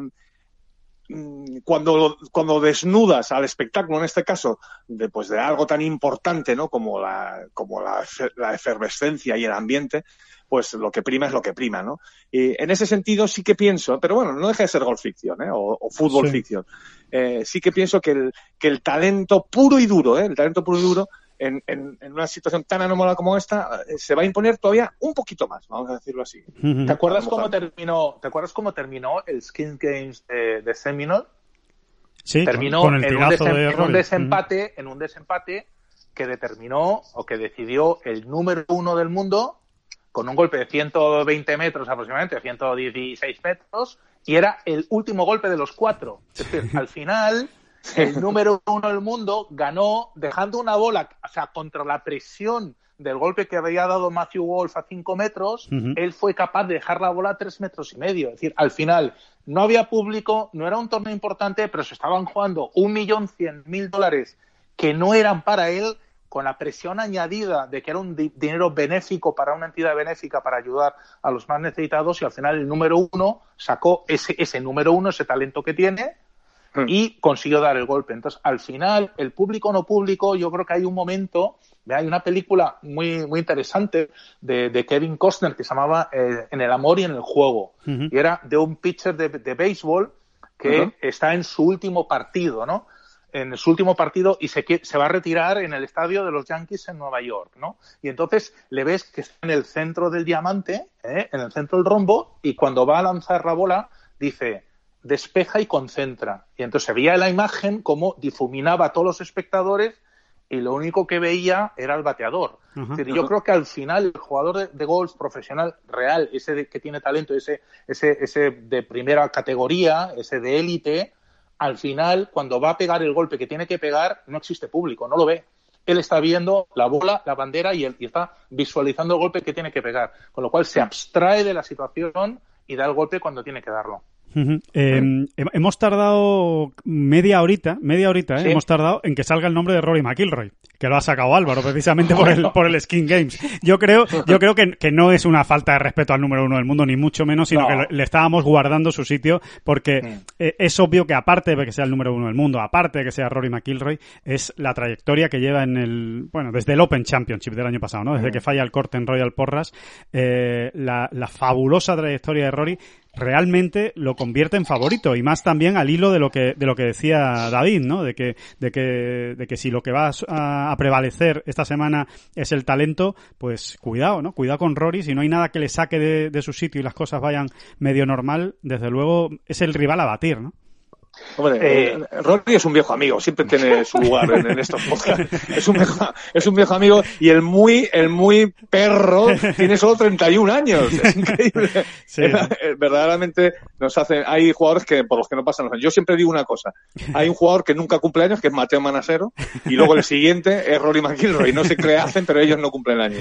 Speaker 6: cuando, cuando desnudas al espectáculo, en este caso, de, pues de algo tan importante, ¿no? Como la, como la, la efervescencia y el ambiente, pues lo que prima es lo que prima, ¿no? Y en ese sentido sí que pienso, pero bueno, no deja de ser golf ficción, ¿eh? O, o fútbol sí. ficción. Eh, sí que pienso que el, que el talento puro y duro, ¿eh? El talento puro y duro, en, en, en una situación tan anómala como esta, eh, se va a imponer todavía un poquito más, vamos a decirlo así.
Speaker 7: ¿Te acuerdas cómo terminó, ¿te acuerdas cómo terminó el Skins Games de, de Seminole?
Speaker 5: Sí,
Speaker 7: terminó
Speaker 5: con el
Speaker 7: en, un desem,
Speaker 5: de
Speaker 7: en un desempate, uh-huh. en un desempate que determinó o que decidió el número uno del mundo con un golpe de ciento veinte metros aproximadamente, ciento dieciséis metros, y era el último golpe de los cuatro. Es decir, al final el número uno del mundo, ganó dejando una bola, o sea, contra la presión del golpe que había dado Matthew Wolf a cinco metros, uh-huh. él fue capaz de dejar la bola a tres metros y medio. Es decir, al final no había público, no era un torneo importante, pero se estaban jugando un millón cien mil dólares que no eran para él, con la presión añadida de que era un di- dinero benéfico para una entidad benéfica para ayudar a los más necesitados, y al final el número uno sacó ese, ese número uno, ese talento que tiene, y consiguió dar el golpe. Entonces, al final, el público no público, yo creo que hay un momento, hay una película muy muy interesante de, de Kevin Costner que se llamaba eh, En el amor y en el juego, uh-huh. y era de un pitcher de, de béisbol que uh-huh. está en su último partido, ¿no? En su último partido y se, se va a retirar en el estadio de los Yankees en Nueva York, ¿no? Y entonces le ves que está en el centro del diamante, ¿eh? en el centro del rombo, y cuando va a lanzar la bola dice: despeja y concentra. Y entonces se veía en la imagen cómo difuminaba a todos los espectadores y lo único que veía era el bateador. Uh-huh, es decir, uh-huh. Yo creo que al final el jugador de, de golf profesional real, ese de, que tiene talento, ese, ese, ese de primera categoría, ese de élite, al final, cuando va a pegar el golpe que tiene que pegar, no existe público, no lo ve. Él está viendo la bola, la bandera y, él, y está visualizando el golpe que tiene que pegar. Con lo cual se abstrae de la situación y da el golpe cuando tiene que darlo.
Speaker 5: Uh-huh. Eh, hemos tardado media horita, media horita, ¿eh? ¿Sí? Hemos tardado en que salga el nombre de Rory McIlroy, que lo ha sacado Álvaro precisamente por el por el Skin Games. Yo creo, yo creo que, que no es una falta de respeto al número uno del mundo, ni mucho menos, sino no. que le estábamos guardando su sitio, porque sí. eh, es obvio que aparte de que sea el número uno del mundo, aparte de que sea Rory McIlroy, es la trayectoria que lleva en el, bueno, desde el Open Championship del año pasado, ¿no? Desde sí. que falla el corte en Royal Porras, eh, la, la fabulosa trayectoria de Rory realmente lo convierte en favorito, y más también al hilo de lo que de lo que decía David, ¿no? De que de que de que si lo que va a, a prevalecer esta semana es el talento, pues cuidado, ¿no? Cuidado con Rory, si no hay nada que le saque de, de su sitio y las cosas vayan medio normal, desde luego es el rival a batir, ¿no?
Speaker 6: Hombre, eh, Rory es un viejo amigo, siempre tiene su lugar en, en estos podcasts. Es un viejo, es un viejo amigo, y el muy, el muy perro tiene solo treinta y un años. Es increíble. Sí. Es, es, verdaderamente nos hace, hay jugadores que, por los que no pasan los años. Yo siempre digo una cosa: hay un jugador que nunca cumple años, que es Mateo Manasero, y luego el siguiente es Rory McIlroy. No sé qué le hacen, pero ellos no cumplen años.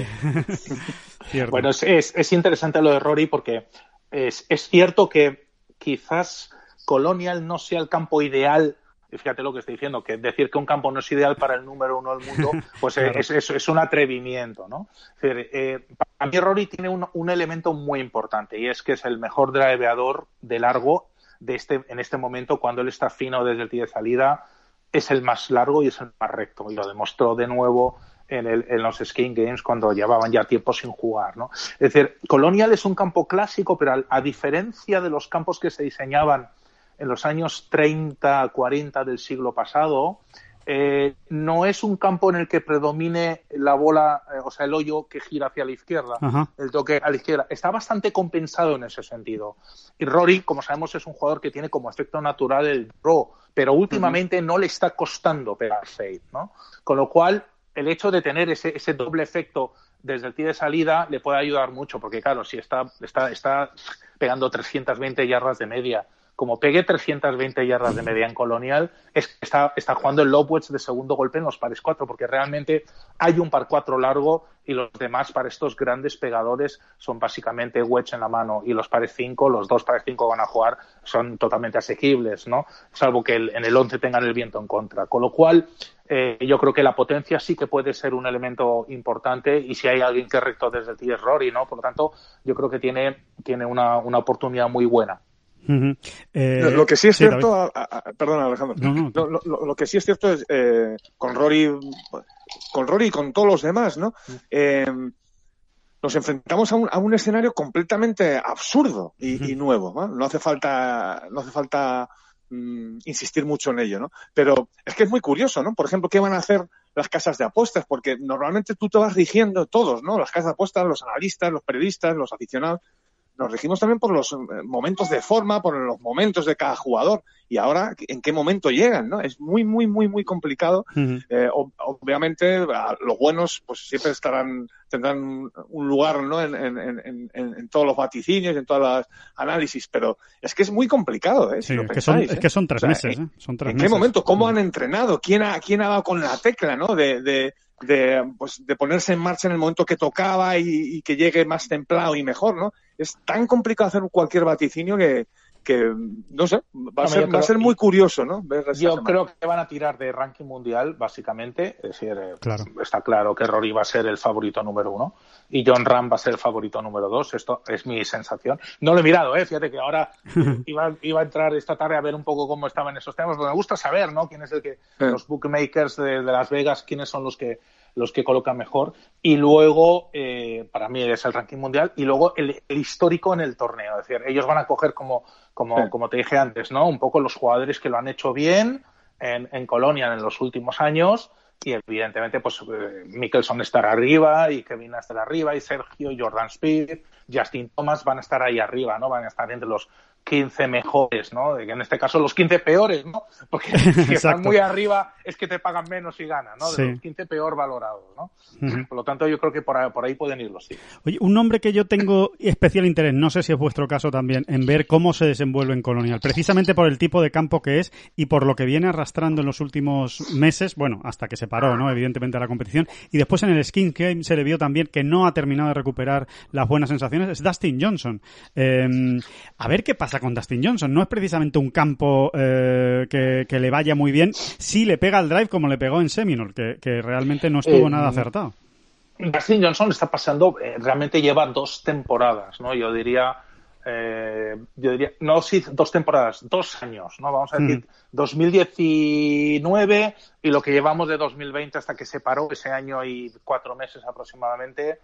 Speaker 7: Cierto. Bueno, es, es, es interesante lo de Rory, porque es, es cierto que quizás Colonial no sea el campo ideal, y fíjate lo que estoy diciendo, que decir que un campo no es ideal para el número uno del mundo, pues claro. es, es, es un atrevimiento, ¿no? Es decir, eh, para mí Rory tiene un, un elemento muy importante, y es que es el mejor driveador de largo de este, en este momento, cuando él está fino desde el tee de salida, es el más largo y es el más recto, y lo demostró de nuevo en, el, en los Skin Games cuando llevaban ya tiempo sin jugar, ¿no? Es decir, Colonial es un campo clásico, pero a, a diferencia de los campos que se diseñaban en los años treinta, cuarenta del siglo pasado, eh, no es un campo en el que predomine la bola, eh, o sea, el hoyo que gira hacia la izquierda, Ajá. el toque a la izquierda. Está bastante compensado en ese sentido. Y Rory, como sabemos, es un jugador que tiene como efecto natural el draw, pero últimamente uh-huh. no le está costando pegar fade, ¿no? Con lo cual, el hecho de tener ese, ese doble efecto desde el tee de salida le puede ayudar mucho, porque claro, si está, está, está pegando trescientas veinte yardas de media, como pegue trescientas veinte yardas de media en Colonial, es que está, está jugando el lob wedge de segundo golpe en los pares cuatro, porque realmente hay un par cuatro largo y los demás para estos grandes pegadores son básicamente wedge en la mano, y los pares cinco, los dos pares cinco van a jugar, son totalmente asequibles, ¿no? Salvo que el, en el once tengan el viento en contra. Con lo cual, eh, yo creo que la potencia sí que puede ser un elemento importante, y si hay alguien que recto desde el tee es Rory, ¿no? Por lo tanto, yo creo que tiene, tiene una, una oportunidad muy buena.
Speaker 5: Uh-huh. Eh,
Speaker 6: lo que sí es
Speaker 5: sí,
Speaker 6: cierto, a, a, perdona Alejandro,
Speaker 5: no, no.
Speaker 6: Lo, lo, lo que sí es cierto es eh, con Rory, con Rory y con todos los demás, ¿no? Eh, nos enfrentamos a un, a un escenario completamente absurdo y, uh-huh. y nuevo, ¿no? No hace falta, no hace falta mm, insistir mucho en ello, ¿no? Pero es que es muy curioso, ¿no? Por ejemplo, ¿qué van a hacer las casas de apuestas? Porque normalmente tú te vas rigiendo todos, ¿no? Las casas de apuestas, los analistas, los periodistas, los aficionados. Nos regimos también por los momentos de forma, por los momentos de cada jugador, y ahora en qué momento llegan, ¿no? Es muy, muy, muy, muy complicado. Uh-huh. Eh, obviamente, los buenos pues siempre estarán tendrán un lugar, ¿no? En, en, en, en, en todos los vaticinios, en todos los análisis, pero es que es muy complicado, ¿eh? Si
Speaker 5: sí,
Speaker 6: lo
Speaker 5: es,
Speaker 6: pensáis,
Speaker 5: que son,
Speaker 6: ¿eh?
Speaker 5: es que son tres
Speaker 6: o sea,
Speaker 5: meses,
Speaker 6: ¿en,
Speaker 5: ¿eh? Son tres
Speaker 6: ¿en
Speaker 5: meses.
Speaker 6: qué momento? ¿Cómo han entrenado? ¿Quién ha, quién ha dado con la tecla, ¿no? De, de, de, pues, de ponerse en marcha en el momento que tocaba y, y que llegue más templado y mejor, ¿no? Es tan complicado hacer cualquier vaticinio que, que no sé, va a, ser, creo, va a ser muy curioso, ¿no? Ver
Speaker 7: yo semana. creo que van a tirar de ranking mundial, básicamente. Es decir,
Speaker 5: claro.
Speaker 7: está claro que Rory va a ser el favorito número uno y Jon Rahm va a ser el favorito número dos. Esto es mi sensación. No lo he mirado, ¿eh? Fíjate que ahora iba, iba a entrar esta tarde a ver un poco cómo estaban esos temas, porque me gusta saber, ¿no? Quién es el que, sí. los bookmakers de, de Las Vegas, quiénes son los que los que colocan mejor, y luego eh, para mí es el ranking mundial, y luego el, el histórico en el torneo. Es decir, ellos van a coger como como, sí. como te dije antes, ¿no? Un poco los jugadores que lo han hecho bien en, en Colonia en los últimos años, y evidentemente pues eh, Mickelson estará arriba, y Kevin estará arriba, y Sergio, Jordan Spieth, Justin Thomas van a estar ahí arriba, ¿no? Van a estar entre los quince mejores, ¿no? En este caso los quince peores, ¿no? Porque si están muy arriba es que te pagan menos y ganan, ¿no? De sí. los quince peor valorados, ¿no? Uh-huh. Por lo tanto, yo creo que por ahí, por ahí pueden ir los tiros.
Speaker 5: Oye, un nombre que yo tengo especial interés, no sé si es vuestro caso también, en ver cómo se desenvuelve en Colonial, precisamente por el tipo de campo que es y por lo que viene arrastrando en los últimos meses, bueno, hasta que se paró, ¿no? Evidentemente la competición, y después en el Skins Game se le vio también que no ha terminado de recuperar las buenas sensaciones, es Dustin Johnson. Eh, a ver qué pasa con Dustin Johnson. No es precisamente un campo eh, que, que le vaya muy bien. Sí le pega al drive como le pegó en Seminole, que, que realmente no estuvo eh, nada acertado.
Speaker 7: Dustin Johnson está pasando, eh, realmente lleva dos temporadas, ¿no? Yo diría, eh, yo diría, no, sí, dos temporadas, dos años, ¿no? Vamos a decir, mm. dos mil diecinueve y lo que llevamos de dos mil veinte hasta que se paró, ese año y cuatro meses aproximadamente,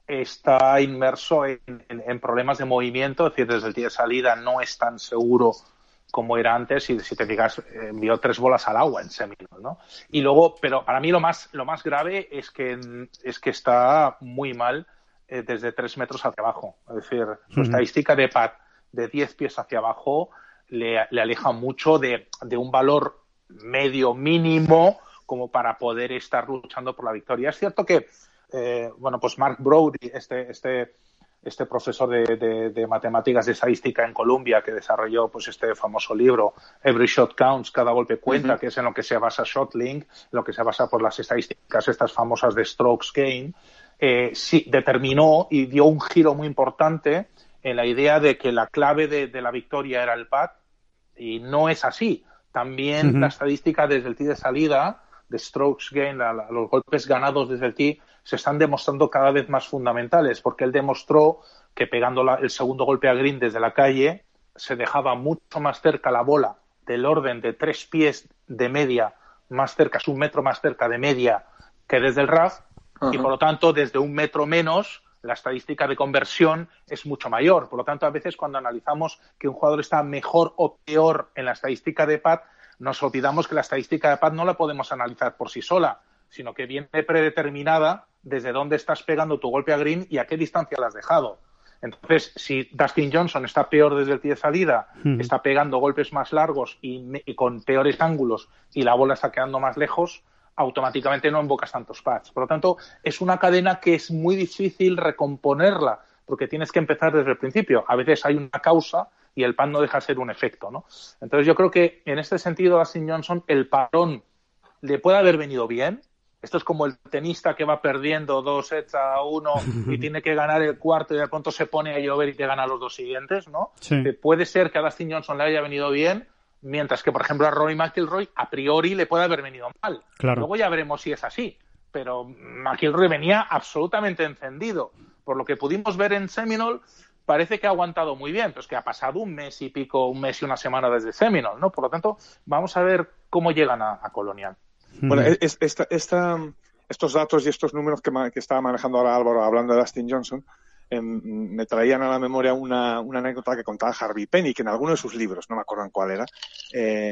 Speaker 7: está inmerso en, en, en problemas de movimiento, es decir, desde el día de salida no es tan seguro como era antes, y si te fijas, envió tres bolas al agua en Seminole, ¿no? Y luego, pero para mí lo más lo más grave es que es que está muy mal eh, desde tres metros hacia abajo. Es decir, su uh-huh. estadística de pad de diez pies hacia abajo le, le aleja mucho de, de un valor medio mínimo como para poder estar luchando por la victoria. Es cierto que Eh, bueno, pues Mark Brody, este, este, este profesor de, de, de matemáticas de estadística en Columbia, que desarrolló pues este famoso libro Every Shot Counts, cada golpe cuenta, uh-huh. que es en lo que se basa ShotLink, lo que se basa por las estadísticas estas famosas de strokes gain, eh, sí, determinó y dio un giro muy importante en la idea de que la clave de, de la victoria era el pad, y no es así. También uh-huh. la estadística desde el tee de salida, de strokes gain, la, la, los golpes ganados desde el tee, se están demostrando cada vez más fundamentales, porque él demostró que pegando la, el segundo golpe a green desde la calle se dejaba mucho más cerca la bola, del orden de tres pies de media más cerca, es un metro más cerca de media que desde el R A F, uh-huh. y por lo tanto desde un metro menos la estadística de conversión es mucho mayor. Por lo tanto, a veces cuando analizamos que un jugador está mejor o peor en la estadística de pad, nos olvidamos que la estadística de pad no la podemos analizar por sí sola, sino que viene predeterminada desde dónde estás pegando tu golpe a green y a qué distancia la has dejado. Entonces, si Dustin Johnson está peor desde el tee de salida, mm. está pegando golpes más largos y, y con peores ángulos, y la bola está quedando más lejos, automáticamente no invocas tantos pads. Por lo tanto, es una cadena que es muy difícil recomponerla, porque tienes que empezar desde el principio. A veces hay una causa y el pad no deja de ser un efecto, ¿no? Entonces, yo creo que en este sentido, Dustin Johnson, el parón le puede haber venido bien. Esto es como el tenista que va perdiendo dos sets a uno y tiene que ganar el cuarto y de pronto se pone a llover y te gana los dos siguientes, ¿no? Sí. Puede ser que a Dustin Johnson le haya venido bien, mientras que, por ejemplo, a Rory McIlroy a priori le puede haber venido mal.
Speaker 5: Claro.
Speaker 7: Luego ya veremos si es así. Pero McIlroy venía absolutamente encendido. Por lo que pudimos ver en Seminole, parece que ha aguantado muy bien, pero es que ha pasado un mes y pico, un mes y una semana desde Seminole, ¿no? Por lo tanto, vamos a ver cómo llegan a, a Colonial.
Speaker 6: Bueno, es, esta, esta, estos datos y estos números que, que estaba manejando ahora Álvaro hablando de Dustin Johnson eh, me traían a la memoria una, una anécdota que contaba Harvey Penny, que en alguno de sus libros, no me acuerdo en cuál era, eh,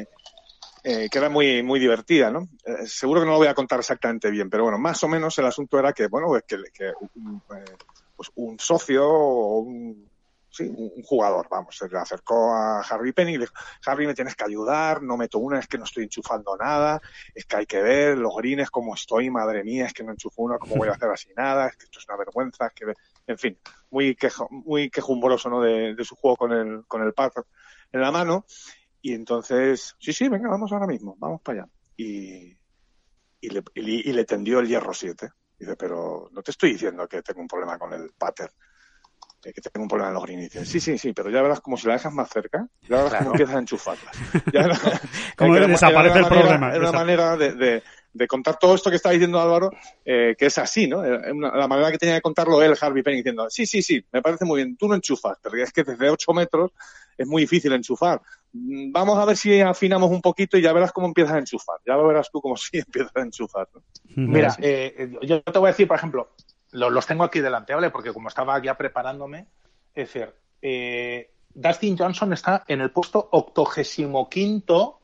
Speaker 6: eh, que era muy muy divertida, ¿no? Eh, seguro que no lo voy a contar exactamente bien, pero bueno, más o menos el asunto era que, bueno, que, que un, eh, pues un socio o un sí, un, un jugador, vamos, se le acercó a Harvey Penny y le dijo, Harvey, me tienes que ayudar, no meto una, es que no estoy enchufando nada, es que hay que ver los greens como estoy, madre mía, es que no enchufo una, ¿cómo voy a hacer así nada? Es que esto es una vergüenza, es que, en fin, muy quejo, muy quejumbroso, ¿no? De, de su juego con el, con el pad en la mano. Y entonces, sí, sí, venga, vamos ahora mismo, vamos para allá. Y, y, le, y, y le tendió el hierro siete. Dice, pero no te estoy diciendo que tengo un problema con el pattern, que tengo un problema en los greens. Dice, sí, sí, sí, pero ya verás como si la dejas más cerca, ya verás claro. Cómo empiezas a enchufarlas. Ya verás,
Speaker 5: como
Speaker 6: que
Speaker 5: desaparece
Speaker 6: era
Speaker 5: el problema.
Speaker 6: Era una manera de, de, de contar todo esto que está diciendo Álvaro, eh, que es así, ¿no? Una, la manera que tenía de contarlo él, Harvey Penny, diciendo, sí, sí, sí, me parece muy bien, tú no enchufas, pero es que desde ocho metros es muy difícil enchufar. Vamos a ver si afinamos un poquito y ya verás cómo empiezas a enchufar. Ya lo verás tú como si empiezas a enchufar, ¿no?
Speaker 7: Mira, eh, yo te voy a decir, por ejemplo, los, los tengo aquí delante, ¿vale? Porque como estaba ya preparándome, es decir, eh, Dustin Johnson está en el puesto octogésimo quinto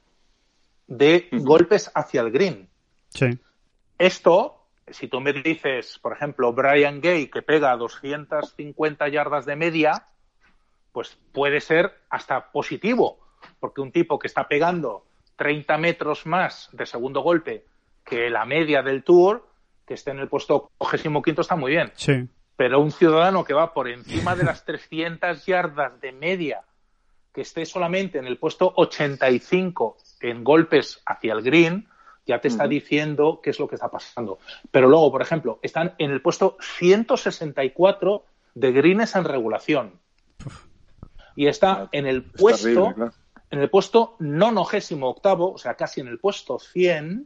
Speaker 7: de uh-huh. golpes hacia el green.
Speaker 5: Sí.
Speaker 7: Esto, si tú me dices, por ejemplo, Brian Gay, que pega doscientas cincuenta yardas de media, pues puede ser hasta positivo, porque un tipo que está pegando treinta metros más de segundo golpe que la media del Tour, que esté en el puesto octogésimo quinto está muy bien.
Speaker 5: Sí.
Speaker 7: Pero un ciudadano que va por encima de las trescientas yardas de media, que esté solamente en el puesto ochenta y cinco en golpes hacia el green, ya te está uh-huh. diciendo qué es lo que está pasando. Pero luego, por ejemplo, están en el puesto ciento sesenta y cuatro de greens en regulación. Uf. Y está en el puesto, terrible, claro. en el puesto nonagésimo octavo, o sea, casi en el puesto cien,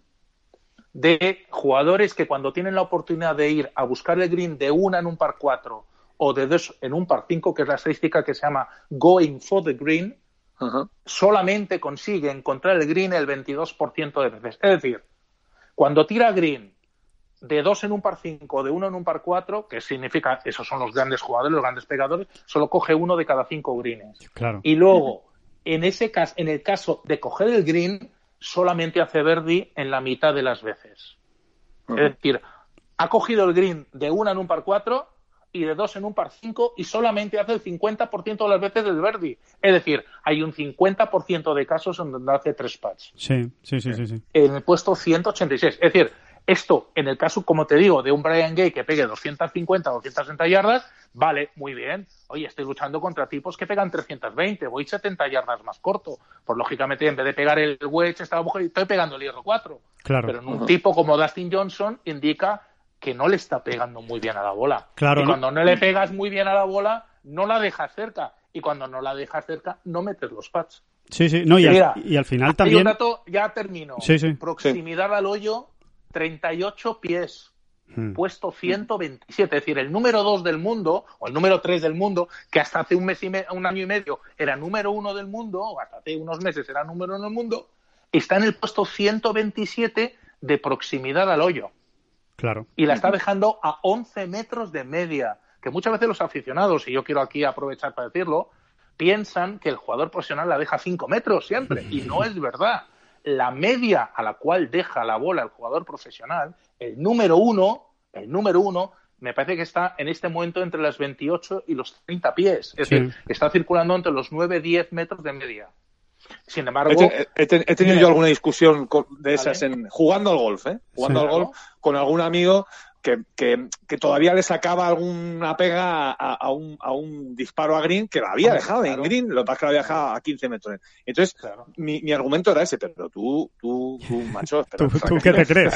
Speaker 7: de jugadores que cuando tienen la oportunidad de ir a buscar el green de una en un par cuatro o de dos en un par cinco, que es la estadística que se llama going for the green, uh-huh. solamente consigue encontrar el green el veintidós por ciento de veces. Es decir, cuando tira green de dos en un par cinco, de uno en un par cuatro, que significa, esos son los grandes jugadores, los grandes pegadores, solo coge uno de cada cinco greens.
Speaker 5: Claro.
Speaker 7: Y luego, en ese caso, en el caso de coger el green, solamente hace birdie en la mitad de las veces. Uh-huh. Es decir, ha cogido el green de una en un par cuatro y de dos en un par cinco y solamente hace el cincuenta por ciento de las veces del birdie. Es decir, hay un cincuenta por ciento de casos en donde hace tres putts.
Speaker 5: Sí, sí, sí, sí, sí.
Speaker 7: En el puesto ciento ochenta y seis. Es decir, esto, en el caso, como te digo, de un Brian Gay que pegue doscientas cincuenta o doscientas sesenta yardas, vale, muy bien. Oye, estoy luchando contra tipos que pegan trescientas veinte, voy setenta yardas más corto. Pues, lógicamente, en vez de pegar el wedge, estoy pegando el hierro cuatro.
Speaker 5: Claro.
Speaker 7: Pero en un uh-huh. tipo como Dustin Johnson indica que no le está pegando muy bien a la bola.
Speaker 5: Claro,
Speaker 7: y cuando no, no le pegas muy bien a la bola, no la dejas cerca. Y cuando no la dejas cerca, no metes los putts.
Speaker 5: Sí, sí. No, y,
Speaker 7: Mira,
Speaker 5: al, y al final
Speaker 7: hay
Speaker 5: también...
Speaker 7: un dato, ya termino.
Speaker 5: Sí, sí.
Speaker 7: Proximidad sí. al hoyo, treinta y ocho pies.
Speaker 5: Hmm.
Speaker 7: Puesto ciento veintisiete. Es decir, el número dos del mundo, o el número tres del mundo, que hasta hace un mes y me, un año y medio era número uno del mundo, o hasta hace unos meses era número uno del mundo, está en el puesto ciento veintisiete de proximidad al hoyo.
Speaker 5: Claro.
Speaker 7: Y la está dejando a once metros de media. Que muchas veces los aficionados, y yo quiero aquí aprovechar para decirlo, piensan que el jugador profesional la deja a cinco metros siempre. Y no es verdad. La media a la cual deja la bola el jugador profesional, el número uno, el número uno, me parece que está en este momento entre las veintiocho y los treinta pies. Es sí. decir, está circulando entre los nueve y diez metros de media. Sin embargo...
Speaker 6: He, te, he, te, he tenido mira, yo alguna discusión con, de esas ¿vale? en jugando al golf, ¿eh? Jugando sí, al golf con algún amigo que, que, que todavía le sacaba alguna pega a, a, un, a un disparo a green que lo había Hombre, dejado claro. en green, lo que pasa es que lo había dejado a quince metros. Entonces, claro. mi, mi argumento era ese, pero tú, tú, tú macho... Pero,
Speaker 5: ¿Tú, ¿tú qué te crees?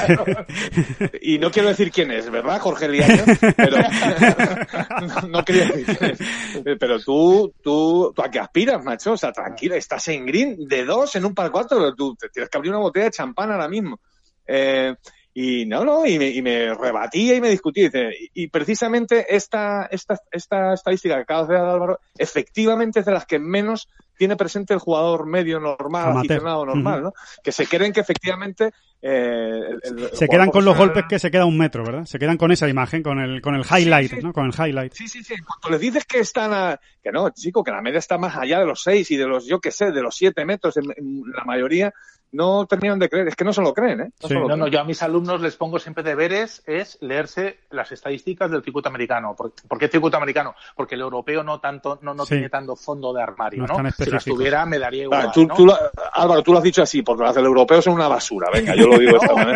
Speaker 6: Y no quiero decir quién es, ¿verdad, Jorge Liaño? Pero no, no quería decir quién es. Pero tú, tú, tú a qué aspiras, macho, o sea, tranquila, estás en green de dos en un par cuatro, pero tú te tienes que abrir una botella de champán ahora mismo. Eh... Y no, no, y me, y me rebatía y me discutía. Y, dice, y, y precisamente esta, esta, esta estadística que acabas de dar, Álvaro, efectivamente es de las que menos tiene presente el jugador medio normal,
Speaker 5: Amateur.
Speaker 6: aficionado normal,
Speaker 5: Uh-huh.
Speaker 6: ¿no? Que se creen que efectivamente eh, el, el
Speaker 5: se quedan con los
Speaker 6: profesional...
Speaker 5: golpes que se queda un metro, ¿verdad? Se quedan con esa imagen, con el con el highlight,
Speaker 6: sí, sí.
Speaker 5: ¿no? Con el highlight.
Speaker 6: Sí, sí, sí. Cuando les dices que están a... Que no, chico, que la media está más allá de los seis y de los, yo qué sé, de los siete metros, en, en la mayoría no terminan de creer. Es que no se lo creen, ¿eh? No,
Speaker 5: Sí.
Speaker 6: se lo
Speaker 7: No, no,
Speaker 6: creen.
Speaker 7: yo a mis alumnos les pongo siempre deberes, es leerse las estadísticas del circuito americano. ¿Por, ¿por qué circuito americano? Porque el europeo no tanto, no, no
Speaker 5: Sí.
Speaker 7: tiene tanto fondo de armario,
Speaker 5: No
Speaker 7: ¿no?
Speaker 5: es tan
Speaker 7: Si las
Speaker 5: específico.
Speaker 7: tuviera, me daría igual,
Speaker 6: Ah, tú,
Speaker 7: ¿no?
Speaker 6: tú lo- Álvaro, tú lo has dicho así, porque las del europeo son una basura. Venga, yo lo digo de esta manera.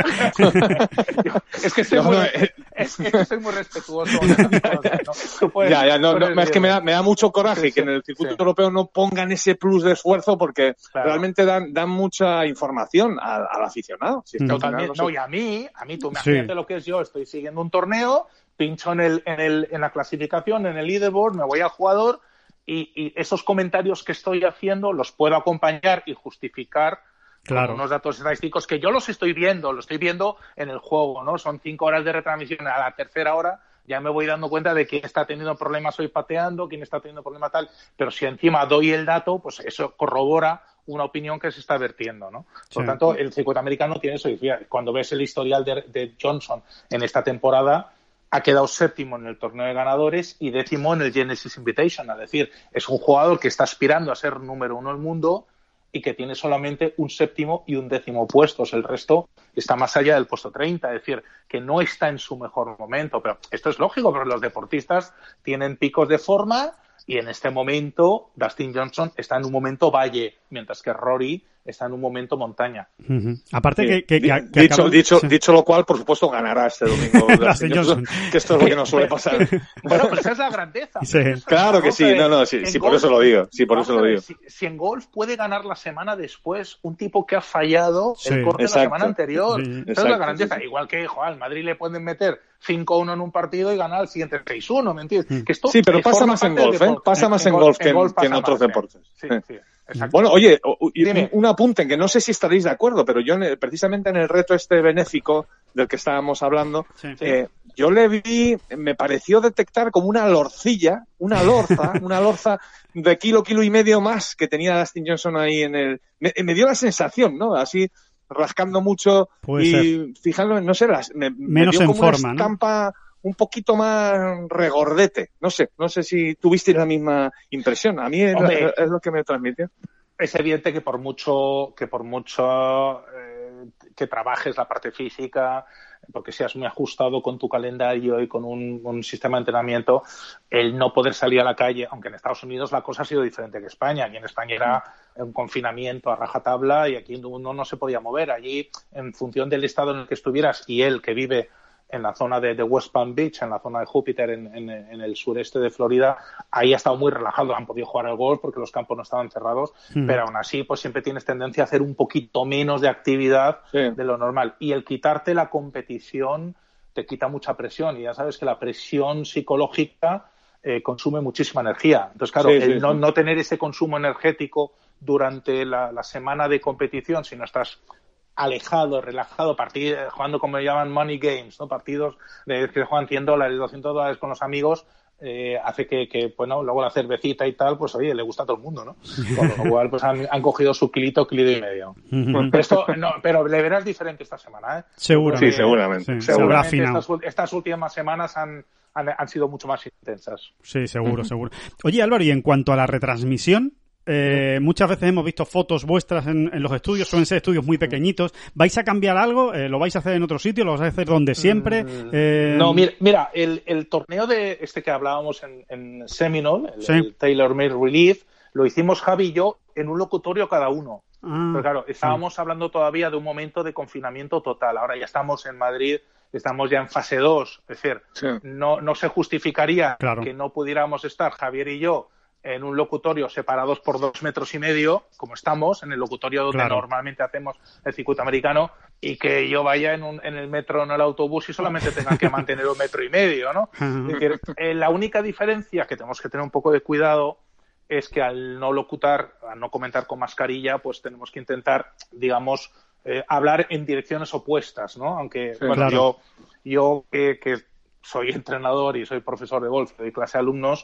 Speaker 7: Es que soy
Speaker 6: No,
Speaker 7: muy,
Speaker 6: no, eh.
Speaker 7: es que soy muy respetuoso. ¿no? Tú puedes-
Speaker 6: Ya, ya, no, no,
Speaker 7: puedes
Speaker 6: es que me da, me da mucho coraje
Speaker 7: Sí, sí,
Speaker 6: que en el circuito
Speaker 7: sí.
Speaker 6: europeo no pongan ese plus de esfuerzo porque
Speaker 7: Claro.
Speaker 6: realmente dan, dan mucha información al, al aficionado. Si es que al final
Speaker 7: Totalmente.
Speaker 6: no sé-
Speaker 7: No, y a mí, a mí, tú
Speaker 5: Sí.
Speaker 7: imagínate lo que es yo, estoy siguiendo un torneo, pincho en el, en el, en la clasificación, en el leaderboard, me voy al jugador y, y esos comentarios que estoy haciendo los puedo acompañar y justificar
Speaker 5: Claro.
Speaker 7: con unos datos estadísticos que yo los estoy viendo, lo estoy viendo en el juego, ¿no? Son cinco horas de retransmisión, a la tercera hora ya me voy dando cuenta de quién está teniendo problemas hoy pateando, quién está teniendo problemas tal, pero si encima doy el dato, pues eso corrobora una opinión que se está vertiendo, ¿no? Por
Speaker 5: Sí.
Speaker 7: tanto, el circuito americano tiene eso. Y fíjate, cuando ves el historial de, de Johnson en esta temporada, ha quedado séptimo en el torneo de ganadores y décimo en el Genesis Invitation. Es decir, es un jugador que está aspirando a ser número uno del mundo y que tiene solamente un séptimo y un décimo puestos. El resto está más allá del puesto treinta. Es decir, que no está en su mejor momento. Pero esto es lógico, porque los deportistas tienen picos de forma y en este momento Dustin Johnson está en un momento valle, mientras que Rory está en un momento montaña.
Speaker 5: Uh-huh. Aparte
Speaker 6: Sí.
Speaker 5: que, que,
Speaker 6: Di-
Speaker 5: que, que
Speaker 6: dicho,
Speaker 5: acaba-
Speaker 6: dicho,
Speaker 5: sí.
Speaker 6: dicho lo cual, por supuesto, ganará este domingo.
Speaker 5: Dustin Johnson.
Speaker 6: Que esto es lo que nos suele pasar.
Speaker 7: Bueno, pues esa es la grandeza.
Speaker 5: Sí.
Speaker 7: Esa es
Speaker 6: Claro que
Speaker 7: vamos
Speaker 6: sí,
Speaker 7: a ver,
Speaker 6: no, no, sí,
Speaker 7: en
Speaker 6: sí, por eso lo digo, sí, por
Speaker 7: vamos
Speaker 6: eso lo
Speaker 7: a ver,
Speaker 6: digo.
Speaker 7: Si, si en golf puede ganar la semana después un tipo que ha fallado
Speaker 5: Sí.
Speaker 7: el corte de
Speaker 6: Exacto.
Speaker 7: la semana anterior,
Speaker 5: Sí.
Speaker 7: esa es
Speaker 6: Exacto,
Speaker 7: la grandeza.
Speaker 6: sí, sí.
Speaker 7: Igual que, joder, al Madrid le pueden meter cinco uno en un partido y ganar el siguiente seis uno, ¿me entiendes? Que esto
Speaker 6: Sí, pero
Speaker 7: eh,
Speaker 6: pasa
Speaker 7: forma
Speaker 6: más en
Speaker 7: parte del
Speaker 6: golf, ¿eh?
Speaker 7: deporte.
Speaker 6: Pasa más en golf que en-
Speaker 7: golf
Speaker 6: que en
Speaker 7: pasa
Speaker 6: otros
Speaker 7: más,
Speaker 6: deportes.
Speaker 7: Sí,
Speaker 6: Sí.
Speaker 7: sí, exacto.
Speaker 6: Bueno, oye, o- y
Speaker 7: Dime.
Speaker 6: un, un apunte, que no sé si estaréis de acuerdo, pero yo en el- precisamente en el reto este benéfico del que estábamos hablando,
Speaker 5: Sí.
Speaker 6: eh, yo le vi, me pareció detectar como una lorcilla, una lorza, una lorza de kilo, kilo y medio más que tenía Dustin Johnson ahí en el... Me, me dio la sensación, ¿no? Así rascando mucho
Speaker 5: Puede
Speaker 6: y fijando, no sé, las, me, me
Speaker 5: Menos
Speaker 6: dio
Speaker 5: en
Speaker 6: como
Speaker 5: forma,
Speaker 6: una
Speaker 5: ¿no?
Speaker 6: estampa un poquito más regordete. No sé, no sé si tuvisteis la misma impresión. A mí es,
Speaker 7: Hombre.
Speaker 6: es lo que me transmitió.
Speaker 7: Es evidente que por mucho que por mucho eh, que trabajes la parte física, porque seas muy ajustado con tu calendario y con un, un sistema de entrenamiento, el no poder salir a la calle, aunque en Estados Unidos la cosa ha sido diferente que España. Aquí en España era un confinamiento a rajatabla y aquí uno no se podía mover. Allí, en función del estado en el que estuvieras, y él que vive en la zona de, de West Palm Beach, en la zona de Júpiter, en, en, en el sureste de Florida, ahí ha estado muy relajado. Han podido jugar al golf porque los campos no estaban cerrados,
Speaker 5: Mm.
Speaker 7: pero aún así pues siempre tienes tendencia a hacer un poquito menos de actividad
Speaker 6: Sí.
Speaker 7: de lo normal. Y el quitarte la competición te quita mucha presión. Y ya sabes que la presión psicológica eh, consume muchísima energía. Entonces, claro,
Speaker 6: Sí,
Speaker 7: el
Speaker 6: sí,
Speaker 7: no,
Speaker 6: sí.
Speaker 7: no tener ese consumo energético durante la, la semana de competición, si no estás alejado, relajado, partido, jugando como llaman money games, ¿no? Partidos de que juegan cien dólares, doscientos dólares con los amigos, eh, hace que, que, bueno, luego la cervecita y tal, pues oye, le gusta a todo el mundo, ¿no? Con lo cual, pues han, han cogido su kilito, kilito y medio.
Speaker 5: Ujú.
Speaker 7: Pero esto, no, pero le verás diferente esta semana, ¿eh?
Speaker 5: Seguro.
Speaker 6: Sí, seguramente.
Speaker 5: Sí, se habrá
Speaker 7: Seguramente
Speaker 5: afinado.
Speaker 7: estas, ul- estas últimas semanas han, han, han sido mucho más intensas.
Speaker 5: Sí, seguro, seguro. Oye, Álvaro, y en cuanto a la retransmisión, eh, muchas veces hemos visto fotos vuestras en, en los estudios, suelen ser estudios muy pequeñitos. ¿Vais a cambiar algo? Eh, ¿Lo vais a hacer en otro sitio? ¿Lo vais a hacer donde siempre? Eh,
Speaker 7: No, mira, mira el, el torneo de este que hablábamos en, en Seminole, el,
Speaker 5: Sí.
Speaker 7: el Taylor Made Relief, lo hicimos Javi y yo en un locutorio cada uno.
Speaker 5: Ah,
Speaker 7: Pero claro, estábamos hablando todavía de un momento de confinamiento total. Ahora ya estamos en Madrid, estamos ya en fase dos. Es decir,
Speaker 6: Sí.
Speaker 7: no, no se justificaría
Speaker 5: Claro.
Speaker 7: que no pudiéramos estar Javier y yo en un locutorio separados por dos metros y medio, como estamos, en el locutorio donde
Speaker 5: Claro.
Speaker 7: normalmente hacemos el circuito americano, y que yo vaya en, un, en el metro o en el autobús y solamente tenga que mantener un metro y medio, ¿no? Es decir, eh, la única diferencia que tenemos que tener un poco de cuidado es que al no locutar, al no comentar con mascarilla, pues tenemos que intentar, digamos, eh, hablar en direcciones opuestas, ¿no? Aunque,
Speaker 6: Sí,
Speaker 7: bueno,
Speaker 5: claro.
Speaker 7: yo, yo que, que soy entrenador y soy profesor de golf, doy clase a alumnos,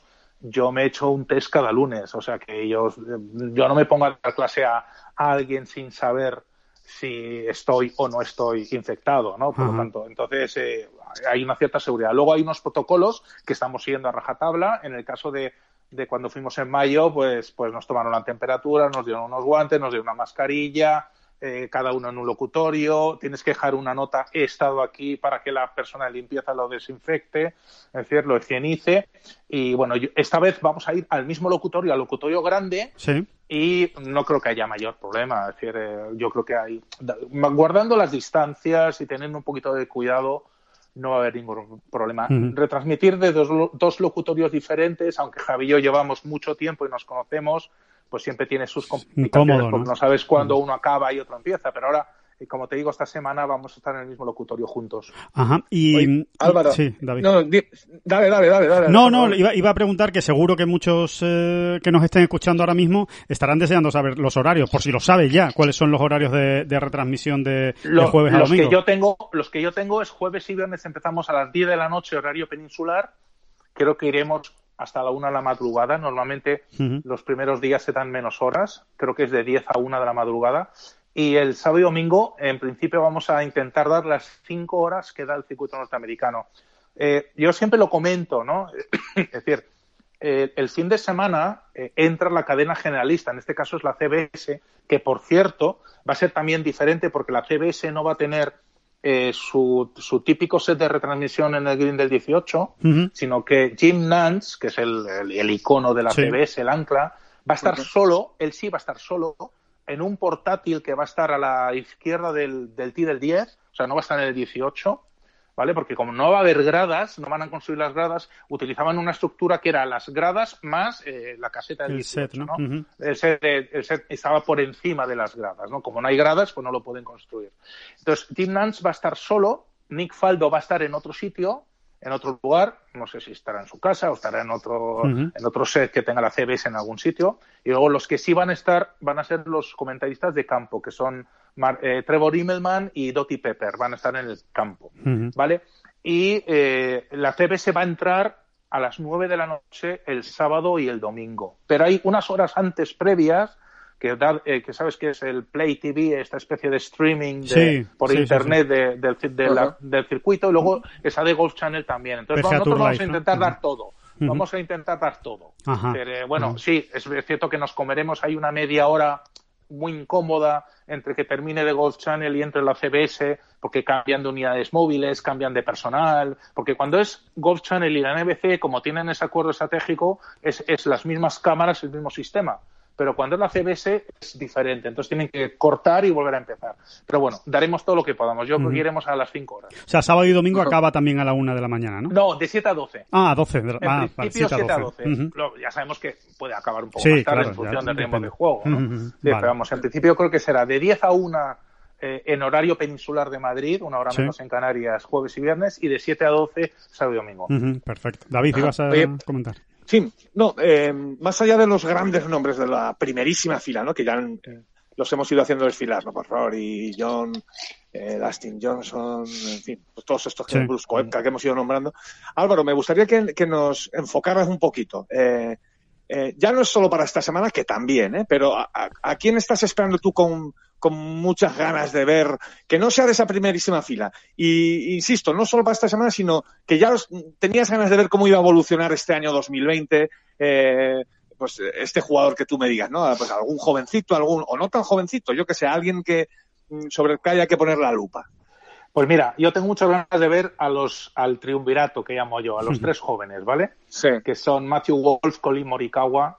Speaker 7: yo me he hecho un test cada lunes, o sea que yo, yo no me pongo a dar clase a, a alguien sin saber si estoy o no estoy infectado, ¿no? Por uh-huh. lo tanto, entonces eh, hay una cierta seguridad. Luego hay unos protocolos que estamos siguiendo a rajatabla. En el caso de, de cuando fuimos en mayo, pues, pues nos tomaron la temperatura, nos dieron unos guantes, nos dieron una mascarilla, eh, cada uno en un locutorio, tienes que dejar una nota, he estado aquí, para que la persona de limpieza lo desinfecte, es decir, lo higienice. Y bueno, yo, esta vez vamos a ir al mismo locutorio, al locutorio grande,
Speaker 5: sí.
Speaker 7: y no creo que haya mayor problema. Es decir, eh, yo creo que hay, guardando las distancias y teniendo un poquito de cuidado, no va a haber ningún problema. Uh-huh. Retransmitir de dos, dos locutorios diferentes, aunque Javi y yo llevamos mucho tiempo y nos conocemos, pues siempre tiene sus complicaciones,
Speaker 5: incómodo,
Speaker 7: porque
Speaker 5: ¿no?
Speaker 7: no sabes cuándo uno acaba y otro empieza, pero ahora, como te digo, esta semana vamos a estar en el mismo locutorio juntos.
Speaker 5: Ajá, y...
Speaker 6: Oye, Álvaro,
Speaker 5: sí, David.
Speaker 6: No, di, dale, dale, dale, dale.
Speaker 5: No, no, iba, iba a preguntar que seguro que muchos eh, que nos estén escuchando ahora mismo estarán deseando saber los horarios, por si lo sabes ya, cuáles son los horarios de, de retransmisión de,
Speaker 7: Lo,
Speaker 5: de jueves a
Speaker 7: los
Speaker 5: domingo.
Speaker 7: Que yo tengo, los que yo tengo es jueves y viernes, empezamos a las diez de la noche, horario peninsular. Creo que iremos hasta la una de la madrugada. Normalmente uh-huh. los primeros días se dan menos horas. Creo que es de diez a una de la madrugada. Y el sábado y domingo, en principio, vamos a intentar dar las cinco horas que da el circuito norteamericano. Eh, yo siempre lo comento, ¿no? Es decir, eh, el fin de semana eh, entra la cadena generalista, en este caso es la C B S, que, por cierto, va a ser también diferente porque la C B S no va a tener eh, su, su típico set de retransmisión en el Green del dieciocho, uh-huh. sino que Jim Nantz, que es el, el, el icono de la sí. C B S, el ancla, va a estar uh-huh. solo, él sí va a estar solo, en un portátil que va a estar a la izquierda del, del T del diez, o sea, no va a estar en el dieciocho, ¿vale? Porque como no va a haber gradas, no van a construir las gradas, utilizaban una estructura que era las gradas más eh, la caseta del
Speaker 5: el
Speaker 7: dieciocho,
Speaker 5: set, ¿no?
Speaker 7: ¿no?
Speaker 5: Uh-huh.
Speaker 7: El set, el set estaba por encima de las gradas, ¿no? Como no hay gradas, pues no lo pueden construir. Entonces, Tim Nantz va a estar solo, Nick Faldo va a estar en otro sitio, en otro lugar, no sé si estará en su casa o estará en otro, uh-huh. en otro set que tenga la C B S en algún sitio, y luego los que sí van a estar van a ser los comentaristas de campo, que son Mar- eh, Trevor Immelman y Dottie Pepper, van a estar en el campo, uh-huh. ¿vale? Y eh, la C B S va a entrar a las nueve de la noche el sábado y el domingo, pero hay unas horas antes previas que, da, eh, que sabes que es el Play T V, esta especie de streaming de,
Speaker 5: sí,
Speaker 7: por
Speaker 5: sí,
Speaker 7: internet
Speaker 5: sí, sí.
Speaker 7: De, de, de la, uh-huh. del circuito, y luego esa de Golf Channel también. Entonces vamos, nosotros vamos a intentar ¿no? dar todo. Uh-huh. Vamos a intentar dar todo. Pero, eh, bueno, uh-huh. sí, es cierto que nos comeremos ahí una media hora muy incómoda entre que termine de Golf Channel y entre la C B S, porque cambian de unidades móviles, cambian de personal, porque cuando es Golf Channel y la N B C, como tienen ese acuerdo estratégico, es, es las mismas cámaras, el mismo sistema. Pero cuando es la C B S es diferente, entonces tienen que cortar y volver a empezar. Pero bueno, daremos todo lo que podamos. Yo creo que iremos a las cinco horas.
Speaker 5: O sea, sábado y domingo uh-huh. acaba también a la una de la mañana, ¿no?
Speaker 7: No, de siete a doce.
Speaker 5: Ah, a doce. De...
Speaker 7: En
Speaker 5: ah,
Speaker 7: principio
Speaker 5: vale,
Speaker 7: siete a doce.
Speaker 5: Uh-huh.
Speaker 7: Lo, ya sabemos que puede acabar un poco
Speaker 5: sí,
Speaker 7: más tarde
Speaker 5: claro,
Speaker 7: en función
Speaker 5: ya,
Speaker 7: del ritmo
Speaker 5: depende.
Speaker 7: de juego, ¿no?
Speaker 5: Uh-huh.
Speaker 7: Sí,
Speaker 5: Vale.
Speaker 7: pero vamos, en principio creo que será de diez a una eh, en horario peninsular de Madrid, una hora
Speaker 5: sí.
Speaker 7: menos en Canarias, jueves y viernes, y de siete a doce, sábado y domingo.
Speaker 5: Uh-huh. Perfecto. David, ¿ibas a
Speaker 6: Oye,
Speaker 5: comentar?
Speaker 6: Sí, no, eh, más allá de los grandes nombres de la primerísima fila, ¿no? Que ya eh, los hemos ido haciendo desfilar, ¿no? Por Rory, John, eh, Dustin Johnson, en fin, pues todos estos que, sí. Bruce Koepka que hemos ido nombrando. Álvaro, me gustaría que, que nos enfocaras un poquito. Eh, eh, ya no es solo para esta semana, que también, ¿eh? Pero a, a, ¿a quién estás esperando tú con, con muchas ganas de ver, que no sea de esa primerísima fila? Y insisto, no solo para esta semana, sino que ya los, tenías ganas de ver cómo iba a evolucionar este año dos mil veinte, eh, pues este jugador que tú me digas, ¿no? Pues algún jovencito, algún, o no tan jovencito, yo que sé, alguien que sobre el que haya que poner la lupa.
Speaker 7: Pues mira, yo tengo muchas ganas de ver a los, al triunvirato que llamo yo, a los tres jóvenes, ¿vale?
Speaker 6: Sí.
Speaker 7: Que son Matthew Wolff, Collin Morikawa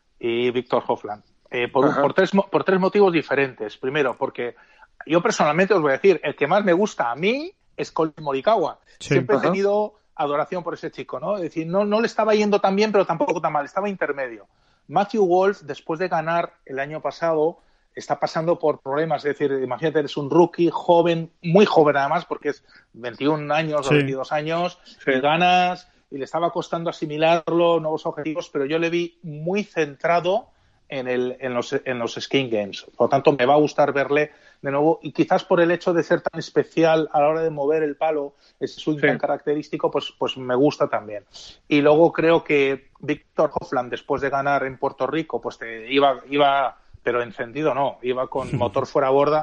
Speaker 7: y Viktor Hovland. Eh, por, por, tres, por tres motivos diferentes. Primero, porque yo personalmente os voy a decir, el que más me gusta a mí es Collin Morikawa. Sí. Siempre Ajá. he tenido adoración por ese chico, ¿no? Es decir, no, no le estaba yendo tan bien, pero tampoco tan mal, estaba intermedio. Matthew Wolff, después de ganar el año pasado, está pasando por problemas. Es decir, imagínate, eres un rookie, joven, muy joven además, porque es veintiún años sí. o veintidós años, sí. y ganas, y le estaba costando asimilarlo, nuevos objetivos, pero yo le vi muy centrado en, el, en, los, en los Skin Games. Por lo tanto, me va a gustar verle de nuevo, y quizás por el hecho de ser tan especial a la hora de mover el palo, ese swing sí. tan característico, pues, pues me gusta también. Y luego creo que Víctor Hovland, después de ganar en Puerto Rico, pues te iba, iba, pero encendido no, iba con motor fuera borda,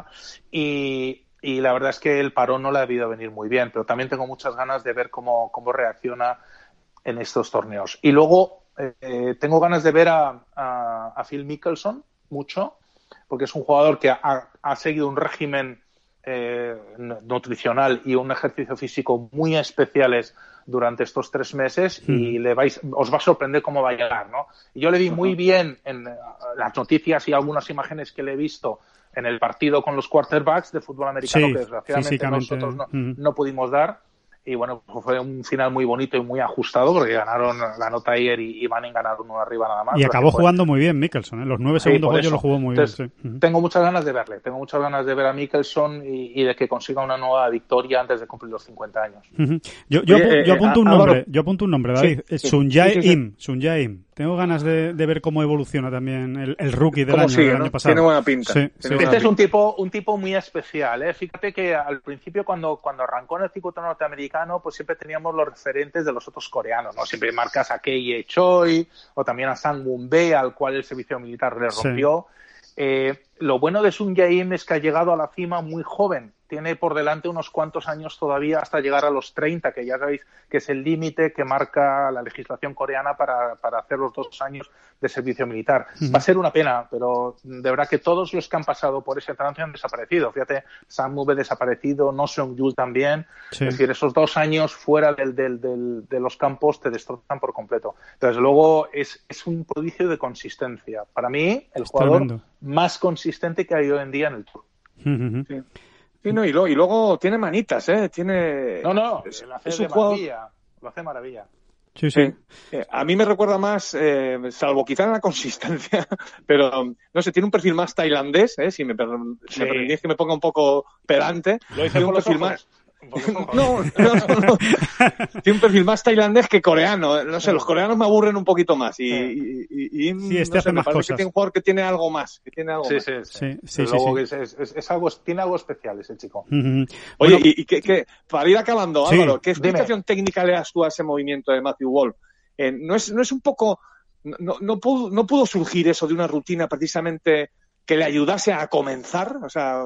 Speaker 7: y, y la verdad es que el parón no le ha debido venir muy bien, pero también tengo muchas ganas de ver cómo, cómo reacciona en estos torneos. Y luego eh, tengo ganas de ver a, a, a Phil Mickelson mucho, porque es un jugador que ha, ha seguido un régimen eh, nutricional y un ejercicio físico muy especiales durante estos tres meses mm. y le vais, os va a sorprender cómo va a llegar, ¿no? Y yo le vi muy bien en uh, las noticias y algunas imágenes que le he visto en el partido con los quarterbacks de fútbol americano, sí, que desgraciadamente nosotros no, mm. no pudimos dar. Y bueno, fue un final muy bonito y muy ajustado porque ganaron la nota ayer y, y Manning ganaron uno arriba nada más.
Speaker 5: Y acabó jugando muy bien Mickelson, ¿eh? Los nueve sí, segundos yo lo jugó muy Entonces, bien. Sí.
Speaker 7: Tengo muchas ganas de verle, tengo muchas ganas de ver a Mickelson y, y de que consiga una nueva victoria antes de cumplir los cincuenta años.
Speaker 5: Uh-huh. Yo, yo, Oye, yo apunto eh, un nombre, yo apunto un nombre, David. Sí, sí, Sun Jae sí, sí, Im, sí. Sun Jae Im. Tengo ganas de, de ver cómo evoluciona también el, el rookie del año,
Speaker 6: sigue,
Speaker 5: del
Speaker 6: ¿no?
Speaker 5: año pasado.
Speaker 6: Tiene buena pinta.
Speaker 5: Sí,
Speaker 6: Tiene
Speaker 5: sí,
Speaker 6: buena
Speaker 7: este
Speaker 6: pinta.
Speaker 7: es un tipo, un tipo muy especial, ¿eh? Fíjate que al principio cuando, cuando arrancó en el circuito norteamericano, pues siempre teníamos los referentes de los otros coreanos, ¿no? Siempre marcas a Kei Choi o también a Sang Moon Bae, al cual el servicio militar le rompió. Sí. Eh, lo bueno de Sun Jae Im es que ha llegado a la cima muy joven. Tiene por delante unos cuantos años todavía hasta llegar a los treinta, que ya sabéis que es el límite que marca la legislación coreana para, para hacer los dos años de servicio militar. Uh-huh. Va a ser una pena, pero de verdad que todos los que han pasado por ese trance han desaparecido. Fíjate, Sang Moon Bae desaparecido, No Seung-Yul también. Sí. Es decir, esos dos años fuera del, del, del, de los campos te destrozan por completo. Entonces, luego es, es un prodigio de consistencia. Para mí, el es jugador tremendo. Más consistente que hay hoy en día en el Tour.
Speaker 5: Uh-huh.
Speaker 6: Sí. Sí, no, y, lo, y luego tiene manitas, ¿eh? Tiene...
Speaker 7: No, no,
Speaker 6: es,
Speaker 7: lo hace
Speaker 6: es
Speaker 7: de
Speaker 6: un juego...
Speaker 7: maravilla. Lo hace maravilla.
Speaker 5: Sí, sí.
Speaker 6: Eh, a mí me recuerda más, eh, salvo quizá en la consistencia, pero no sé, tiene un perfil más tailandés, ¿eh? Si me, per- sí. me permitís que me ponga un poco pedante.
Speaker 7: Lo hice con
Speaker 6: un
Speaker 7: los
Speaker 6: perfil
Speaker 7: ojos.
Speaker 6: más... No, no, no, no. Tiene un perfil más tailandés que coreano. No sé, los coreanos me aburren un poquito más. Y, y, y, y
Speaker 5: sí, este
Speaker 6: no
Speaker 5: hace
Speaker 6: sé,
Speaker 5: más
Speaker 6: me parece
Speaker 5: cosas.
Speaker 6: que tiene un jugador que tiene algo más. Que tiene algo
Speaker 7: sí,
Speaker 6: más.
Speaker 7: sí, sí,
Speaker 5: sí, sí, sí,
Speaker 7: luego
Speaker 5: sí.
Speaker 7: Es, es, es, es algo, tiene algo especial ese chico.
Speaker 5: Uh-huh.
Speaker 6: Oye,
Speaker 5: bueno,
Speaker 6: y, y que, que, para ir acabando,
Speaker 5: sí,
Speaker 6: Álvaro, ¿qué explicación
Speaker 7: dime.
Speaker 6: técnica le das tú a ese movimiento de Matthew Wolff? Eh, ¿no, es, ¿No es un poco... No, no, pudo, no pudo surgir eso de una rutina precisamente que le ayudase a comenzar? O sea,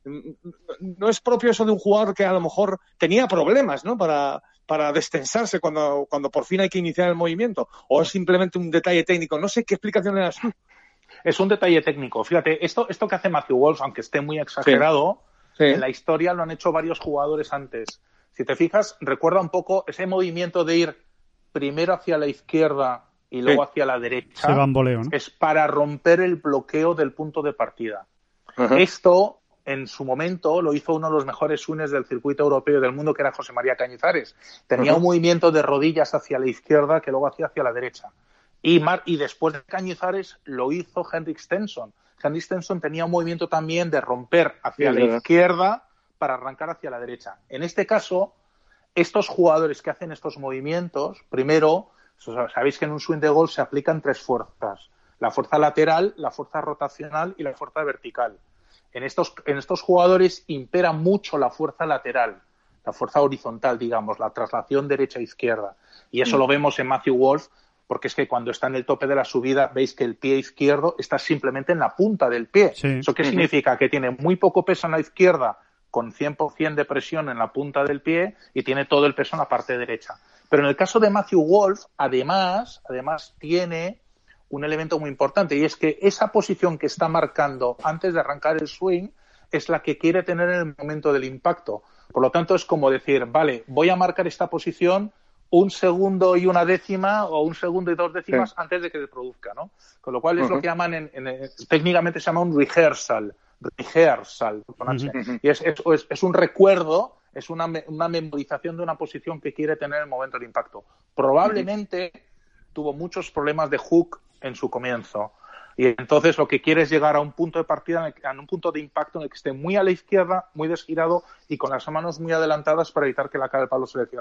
Speaker 6: no es propio eso de un jugador que a lo mejor tenía problemas, ¿no? Para, para destensarse cuando, cuando por fin hay que iniciar el movimiento. ¿O es simplemente un detalle técnico? No sé qué explicación le das tú.
Speaker 7: Es un detalle técnico. Fíjate, esto, esto que hace Matthew Wolff, aunque esté muy exagerado, sí. Sí. En la historia lo han hecho varios jugadores antes. Si te fijas, recuerda un poco ese movimiento de ir primero hacia la izquierda y luego sí. hacia la derecha.
Speaker 5: Se bamboleo, ¿no?
Speaker 7: Es para romper el bloqueo del punto de partida.
Speaker 6: Uh-huh.
Speaker 7: Esto, en su momento, lo hizo uno de los mejores swings del circuito europeo del mundo, que era José María Cañizares. Tenía uh-huh. un movimiento de rodillas hacia la izquierda que luego hacía hacia la derecha. Y, Mar- y después de Cañizares lo hizo Henrik Stenson. Henrik Stenson tenía un movimiento también de romper hacia sí, la verdad. izquierda para arrancar hacia la derecha. En este caso, estos jugadores que hacen estos movimientos, primero, sabéis que en un swing de golf se aplican tres fuerzas: la fuerza lateral, la fuerza rotacional y la fuerza vertical. En estos, en estos jugadores impera mucho la fuerza lateral, la fuerza horizontal, digamos, la traslación derecha-izquierda. Y eso mm. lo vemos en Matthew Wolff, porque es que cuando está en el tope de la subida, veis que el pie izquierdo está simplemente en la punta del pie.
Speaker 5: Sí.
Speaker 7: ¿Eso qué uh-huh. significa? Que tiene muy poco peso en la izquierda, con cien por ciento de presión en la punta del pie, y tiene todo el peso en la parte derecha. Pero en el caso de Matthew Wolff, además, además tiene un elemento muy importante, y es que esa posición que está marcando antes de arrancar el swing es la que quiere tener en el momento del impacto. Por lo tanto, es como decir, vale, voy a marcar esta posición un segundo y una décima o un segundo y dos décimas sí. antes de que se produzca, ¿no? Con lo cual es uh-huh. lo que llaman, en, en, técnicamente se llama un rehearsal, rehearsal, con H. Uh-huh. Y es, es, es un recuerdo, es una, una memorización de una posición que quiere tener en el momento del impacto. Probablemente uh-huh. tuvo muchos problemas de hook en su comienzo. Y entonces lo que quiere es llegar a un punto de partida, en el, a un punto de impacto en el que esté muy a la izquierda, muy desgirado y con las manos muy adelantadas para evitar que la cara del palo se le cierre.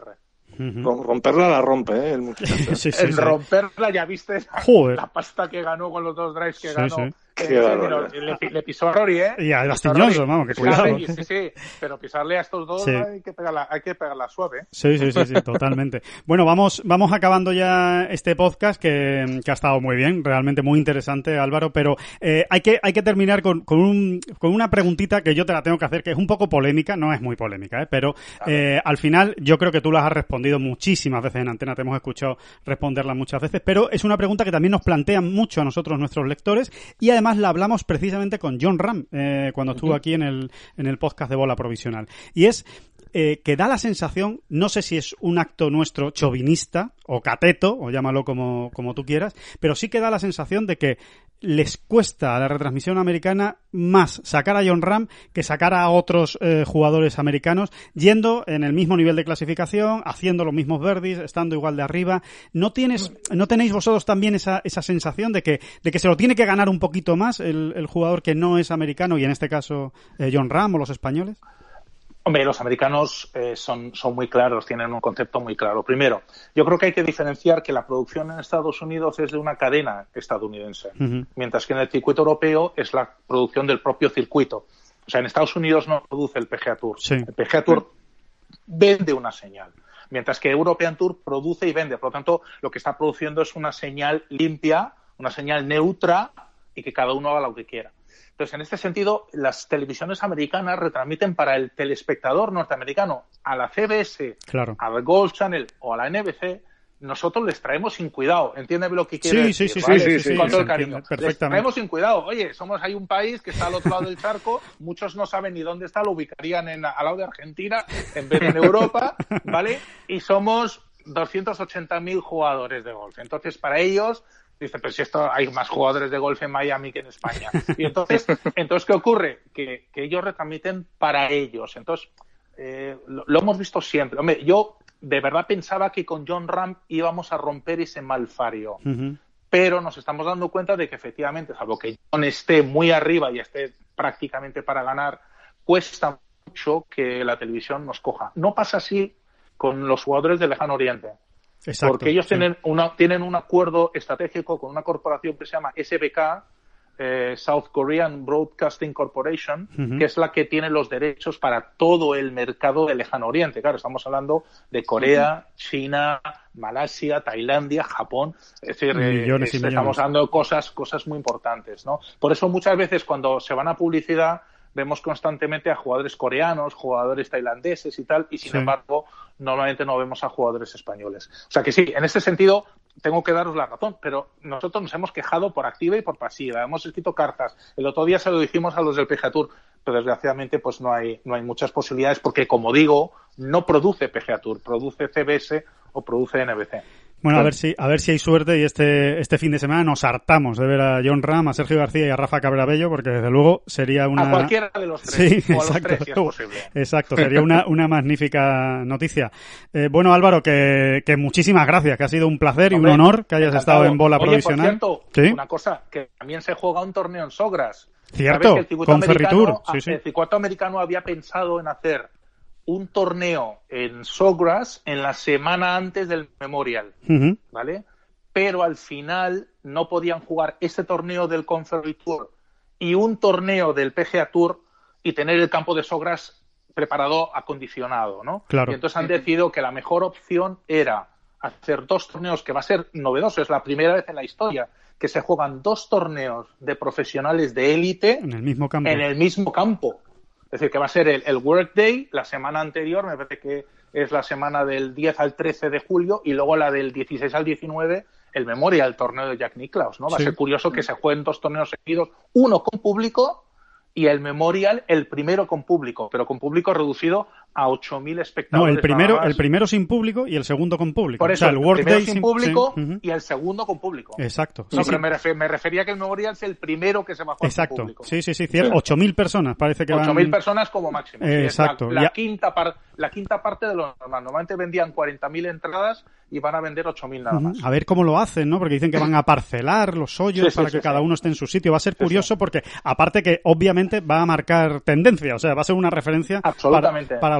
Speaker 6: Uh-huh. Con romperla la rompe, ¿eh? El muchacho.
Speaker 5: sí, sí,
Speaker 7: en
Speaker 5: sí.
Speaker 7: romperla, ya viste la,
Speaker 5: Joder.
Speaker 7: la pasta que ganó con los dos drives que
Speaker 5: Sí,
Speaker 7: ganó.
Speaker 5: sí.
Speaker 7: Eh,
Speaker 6: Qué
Speaker 7: pero le, le pisó a Rory, ¿eh?
Speaker 5: Y a
Speaker 7: Le pisó
Speaker 5: Bastiñoso,
Speaker 7: Rory.
Speaker 5: vamos, que
Speaker 7: Pisarle,
Speaker 5: cuidado.
Speaker 7: Sí, sí, pero pisarle a estos dos
Speaker 5: Sí.
Speaker 7: hay que pegarla, hay que pegarla suave. ¿eh?
Speaker 5: Sí, sí, sí, sí, totalmente. Bueno, vamos, vamos acabando ya este podcast que, que ha estado muy bien, realmente muy interesante, Álvaro, pero eh, hay que hay que terminar con, con, un, con una preguntita que yo te la tengo que hacer, que es un poco polémica, no es muy polémica, ¿eh? Pero eh, al final yo creo que tú las has respondido muchísimas veces en Antena, te hemos escuchado responderla muchas veces, pero es una pregunta que también nos plantean mucho a nosotros nuestros lectores y además la hablamos precisamente con Jon Rahm eh, cuando estuvo aquí en el, en el podcast de Bola Provisional. Y es eh, que da la sensación, no sé si es un acto nuestro chauvinista o cateto, o llámalo como, como tú quieras, pero sí que da la sensación de que les cuesta a la retransmisión americana más sacar a Jon Rahm que sacar a otros eh, jugadores americanos, yendo en el mismo nivel de clasificación, haciendo los mismos birdies, estando igual de arriba. ¿No tienes, no tenéis vosotros también esa, esa sensación de que, de que se lo tiene que ganar un poquito más el, el jugador que no es americano, y en este caso eh, Jon Rahm o los españoles?
Speaker 7: Hombre, los americanos eh, son, son muy claros, tienen un concepto muy claro. Primero, yo creo que hay que diferenciar que la producción en Estados Unidos es de una cadena estadounidense, uh-huh. mientras que en el circuito europeo es la producción del propio circuito. O sea, en Estados Unidos no produce el P G A Tour.
Speaker 5: Sí.
Speaker 7: El P G A Tour vende una señal, mientras que European Tour produce y vende. Por lo tanto, lo que está produciendo es una señal limpia, una señal neutra, y que cada uno haga lo que quiera. Entonces, en este sentido, las televisiones americanas retransmiten para el telespectador norteamericano a la C B S,
Speaker 5: claro.
Speaker 7: al Golf Channel o a la N B C. Nosotros les traemos sin cuidado. Entiéndeme lo que quiero
Speaker 5: sí,
Speaker 7: decir.
Speaker 5: Sí, sí,
Speaker 7: ¿vale?
Speaker 5: sí, sí, sí,
Speaker 7: Con
Speaker 5: sí,
Speaker 7: todo el
Speaker 5: sí,
Speaker 7: cariño.
Speaker 5: perfectamente.
Speaker 7: Les traemos sin cuidado. Oye, somos hay un país que está al otro lado del charco. Muchos no saben ni dónde está. Lo ubicarían en, al lado de Argentina en vez de en Europa, ¿vale? Y somos doscientos ochenta mil jugadores de golf. Entonces, para ellos... Dice, pero si esto hay más jugadores de golf en Miami que en España. Y entonces, entonces ¿qué ocurre? Que, que ellos retransmiten para ellos. Entonces, eh, lo, lo hemos visto siempre. Hombre, yo de verdad pensaba que con Jon Rahm íbamos a romper ese malfario. Uh-huh. Pero nos estamos dando cuenta de que efectivamente, salvo que Jon esté muy arriba y esté prácticamente para ganar, cuesta mucho que la televisión nos coja. No pasa así con los jugadores del Lejano Oriente.
Speaker 5: Exacto,
Speaker 7: porque ellos
Speaker 5: sí.
Speaker 7: tienen, una, tienen un acuerdo estratégico con una corporación que se llama S B K, eh, South Korean Broadcasting Corporation, uh-huh. que es la que tiene los derechos para todo el mercado del Lejano Oriente. Claro, estamos hablando de Corea, uh-huh. China, Malasia, Tailandia, Japón. Es decir,
Speaker 5: millones
Speaker 7: eh,
Speaker 5: y
Speaker 7: estamos
Speaker 5: millones.
Speaker 7: hablando de cosas, cosas muy importantes, ¿no? Por eso muchas veces cuando se van a publicidad vemos constantemente a jugadores coreanos, jugadores tailandeses y tal, y sin sí. embargo, normalmente no vemos a jugadores españoles. O sea que sí, en este sentido, tengo que daros la razón, pero nosotros nos hemos quejado por activa y por pasiva. Hemos escrito cartas. El otro día se lo dijimos a los del P G A Tour, pero desgraciadamente pues no hay, no hay muchas posibilidades porque, como digo, no produce P G A Tour, produce C B S o produce N B C.
Speaker 5: Bueno, a ver si a ver si hay suerte y este este fin de semana nos hartamos de ver a Jon Rahm, a Sergio García y a Rafa Cabrabello, porque desde luego sería una...
Speaker 7: A cualquiera de los tres,
Speaker 5: sí,
Speaker 7: o a
Speaker 5: exacto,
Speaker 7: los tres, si es posible.
Speaker 5: Exacto, sería una, una magnífica noticia. Eh, bueno, Álvaro, que, que muchísimas gracias, que ha sido un placer
Speaker 7: Hombre,
Speaker 5: y un honor que hayas
Speaker 7: encantado.
Speaker 5: estado en Bola
Speaker 7: Oye,
Speaker 5: Provisional.
Speaker 7: Por cierto,
Speaker 5: ¿sí?
Speaker 7: Una cosa, que también se juega un torneo en Sogras.
Speaker 5: Cierto, con Ferritur. Sí, sí.
Speaker 7: El circuito americano había pensado en hacer un torneo en Sogras en la semana antes del Memorial, uh-huh. ¿vale? Pero al final no podían jugar este torneo del Conferitur y un torneo del P G A Tour y tener el campo de Sogras preparado, acondicionado, ¿no?
Speaker 5: Claro.
Speaker 7: Y entonces han decidido que la mejor opción era hacer dos torneos, que va a ser novedoso, es la primera vez en la historia que se juegan dos torneos de profesionales de élite
Speaker 5: en el mismo campo.
Speaker 7: En el mismo campo. Es decir, que va a ser el, el Workday, la semana anterior, me parece que es la semana del diez al trece de julio, y luego la del dieciséis al diecinueve, el Memorial, el torneo de Jack Nicklaus, ¿no? Va sí. a ser curioso que se jueguen dos torneos seguidos, uno con público y el Memorial, el primero con público, pero con público reducido a ocho mil espectadores.
Speaker 5: No, el primero, el primero sin público y el segundo con público.
Speaker 7: Por eso,
Speaker 5: o sea, el,
Speaker 7: el
Speaker 5: World
Speaker 7: primero
Speaker 5: Day
Speaker 7: sin,
Speaker 5: sin
Speaker 7: público
Speaker 5: sí. uh-huh.
Speaker 7: y el segundo con público.
Speaker 5: Exacto.
Speaker 7: No,
Speaker 5: sí,
Speaker 7: pero
Speaker 5: sí.
Speaker 7: Me, refer, me refería que el Memorial es el primero que se va a jugar
Speaker 5: Exacto.
Speaker 7: con público.
Speaker 5: Sí, sí, sí, cierto. ocho mil personas parece que van...
Speaker 7: ocho mil personas como máximo.
Speaker 5: Eh,
Speaker 7: sí,
Speaker 5: exacto.
Speaker 7: La, la,
Speaker 5: ya...
Speaker 7: quinta par, la quinta parte de lo normal. Normalmente vendían cuarenta mil entradas y van a vender ocho mil nada más.
Speaker 5: Uh-huh. A ver cómo lo hacen, ¿no? Porque dicen que van a parcelar los hoyos
Speaker 7: sí, sí,
Speaker 5: para
Speaker 7: sí,
Speaker 5: que
Speaker 7: sí,
Speaker 5: cada
Speaker 7: sí.
Speaker 5: uno esté en su sitio. Va a ser curioso
Speaker 7: sí, sí.
Speaker 5: porque, aparte que obviamente va a marcar tendencia, o sea, va a ser una referencia para, para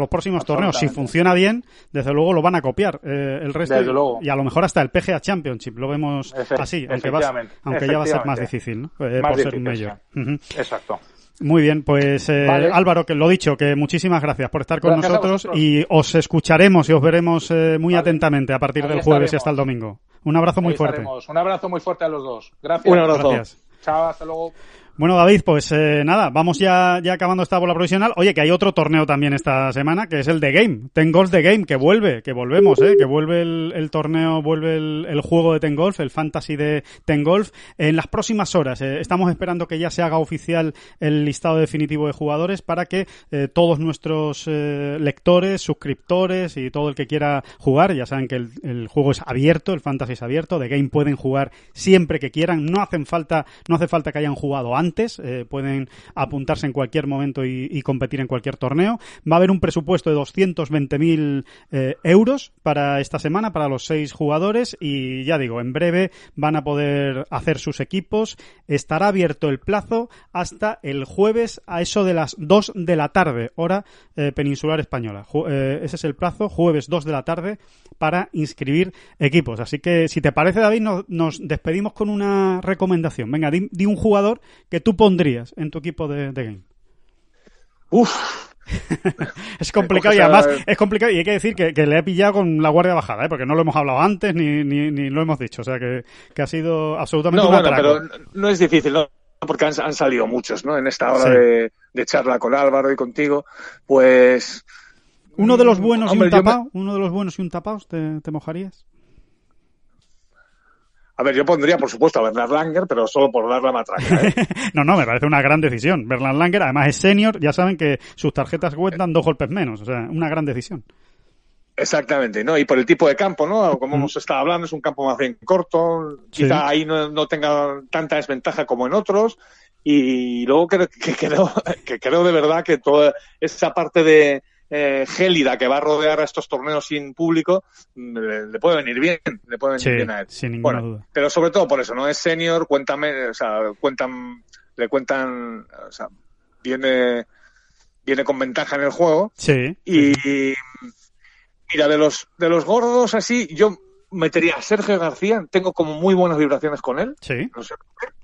Speaker 5: los próximos torneos. Si funciona bien, desde luego lo van a copiar eh, el resto.
Speaker 7: Desde luego.
Speaker 5: Y a lo mejor hasta el P G A Championship lo vemos
Speaker 7: Efe-
Speaker 5: así, aunque, va, aunque ya va a ser más difícil, ¿no? Eh,
Speaker 7: Más
Speaker 5: por ser
Speaker 7: difícil,
Speaker 5: un mayor.
Speaker 7: sí.
Speaker 5: Ujú.
Speaker 7: Exacto.
Speaker 5: Muy bien, pues eh,
Speaker 7: Vale.
Speaker 5: Álvaro, que lo dicho, que muchísimas gracias por estar con
Speaker 7: Gracias a
Speaker 5: nosotros
Speaker 7: vosotros.
Speaker 5: y os escucharemos y os veremos eh, muy
Speaker 7: Vale.
Speaker 5: atentamente a partir
Speaker 7: Ahí
Speaker 5: del jueves y
Speaker 7: estaremos.
Speaker 5: hasta el domingo. Un abrazo muy
Speaker 7: Ahí
Speaker 5: fuerte.
Speaker 7: estaremos. Un abrazo muy fuerte a los dos. Gracias.
Speaker 6: Un abrazo.
Speaker 5: Gracias.
Speaker 7: Chao, hasta luego.
Speaker 5: Bueno, David, pues eh, nada, vamos ya, ya acabando esta bola provisional. Oye, que hay otro torneo también esta semana, que es el The Game, Ten Golf The Game, que vuelve, que volvemos, eh, que vuelve el, el torneo, vuelve el, el juego de Ten Golf, el fantasy de Ten Golf. En las próximas horas, eh, estamos esperando que ya se haga oficial el listado definitivo de jugadores para que eh, todos nuestros eh, lectores, suscriptores y todo el que quiera jugar, ya saben que el, el juego es abierto, el fantasy es abierto, The Game pueden jugar siempre que quieran, no hacen falta, no hace falta que hayan jugado antes. Antes, eh, pueden apuntarse en cualquier momento y, y competir en cualquier torneo. Va a haber un presupuesto de doscientos veinte mil eh, euros para esta semana, para los seis jugadores, y ya digo, en breve van a poder hacer sus equipos. Estará abierto el plazo hasta el jueves a eso de las dos de la tarde, hora eh, peninsular española. Ju- eh, ese es el plazo, jueves dos de la tarde, para inscribir equipos. Así que, si te parece, David, nos, nos despedimos con una recomendación. Venga, di, di un jugador que tú pondrías en tu equipo de, de Game.
Speaker 6: Uf,
Speaker 5: Es complicado y
Speaker 6: Coges a-
Speaker 5: además es complicado y hay que decir que, que le he pillado con la guardia bajada, ¿eh? Porque no lo hemos hablado antes ni, ni, ni lo hemos dicho. O sea que, que ha sido absolutamente
Speaker 6: no,
Speaker 5: un
Speaker 6: bueno,
Speaker 5: atraco.
Speaker 6: pero no es difícil, ¿no? Porque han, han salido muchos, ¿no? En esta hora
Speaker 5: Sí.
Speaker 6: de, de charla con Álvaro y contigo, pues...
Speaker 5: Uno de los buenos
Speaker 6: Hombre,
Speaker 5: y un
Speaker 6: yo me-
Speaker 5: tapado, uno de los buenos y un tapado, ¿te, te mojarías?
Speaker 6: A ver, yo pondría, por supuesto, a Bernard Langer, pero solo por dar la matraca, ¿eh?
Speaker 5: No, no, me parece una gran decisión. Bernard Langer, además es senior, ya saben que sus tarjetas cuentan dos golpes menos, o sea, una gran decisión.
Speaker 6: Exactamente, ¿no? Y por el tipo de campo, ¿no? Como hemos estado hablando, es un campo más bien corto,
Speaker 5: Sí.
Speaker 6: quizá ahí no, no tenga tanta desventaja como en otros, y luego creo, que, creo, que creo de verdad que toda esa parte de eh, gélida que va a rodear a estos torneos sin público le, le puede venir bien, le puede venir
Speaker 5: Sí,
Speaker 6: bien a él.
Speaker 5: sin ninguna
Speaker 6: Bueno,
Speaker 5: duda.
Speaker 6: pero sobre todo por eso, ¿no? Es senior, cuéntame, o sea, cuentan, le cuentan, o sea, viene, viene con ventaja en el juego.
Speaker 5: Sí.
Speaker 6: Y mira, de los de los gordos así, yo metería a Sergio García, tengo como muy buenas vibraciones con él,
Speaker 5: Sí.
Speaker 6: no sé por qué.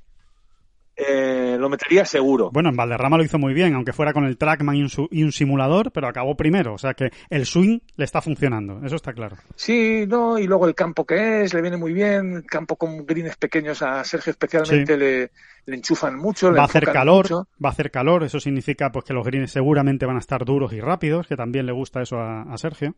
Speaker 6: Eh, lo metería seguro.
Speaker 5: Bueno, en Valderrama lo hizo muy bien, aunque fuera con el Trackman y un, su- y un simulador, pero acabó primero. O sea que el swing le está funcionando, eso está claro.
Speaker 6: Sí, no, y luego el campo que es, le viene muy bien, el campo con greens pequeños a Sergio especialmente
Speaker 5: Sí.
Speaker 6: le, le enchufan mucho, le
Speaker 5: Va a hacer
Speaker 6: enfocan
Speaker 5: calor,
Speaker 6: mucho.
Speaker 5: va a hacer calor, eso significa pues que los greens seguramente van a estar duros y rápidos, que también le gusta eso a, a Sergio.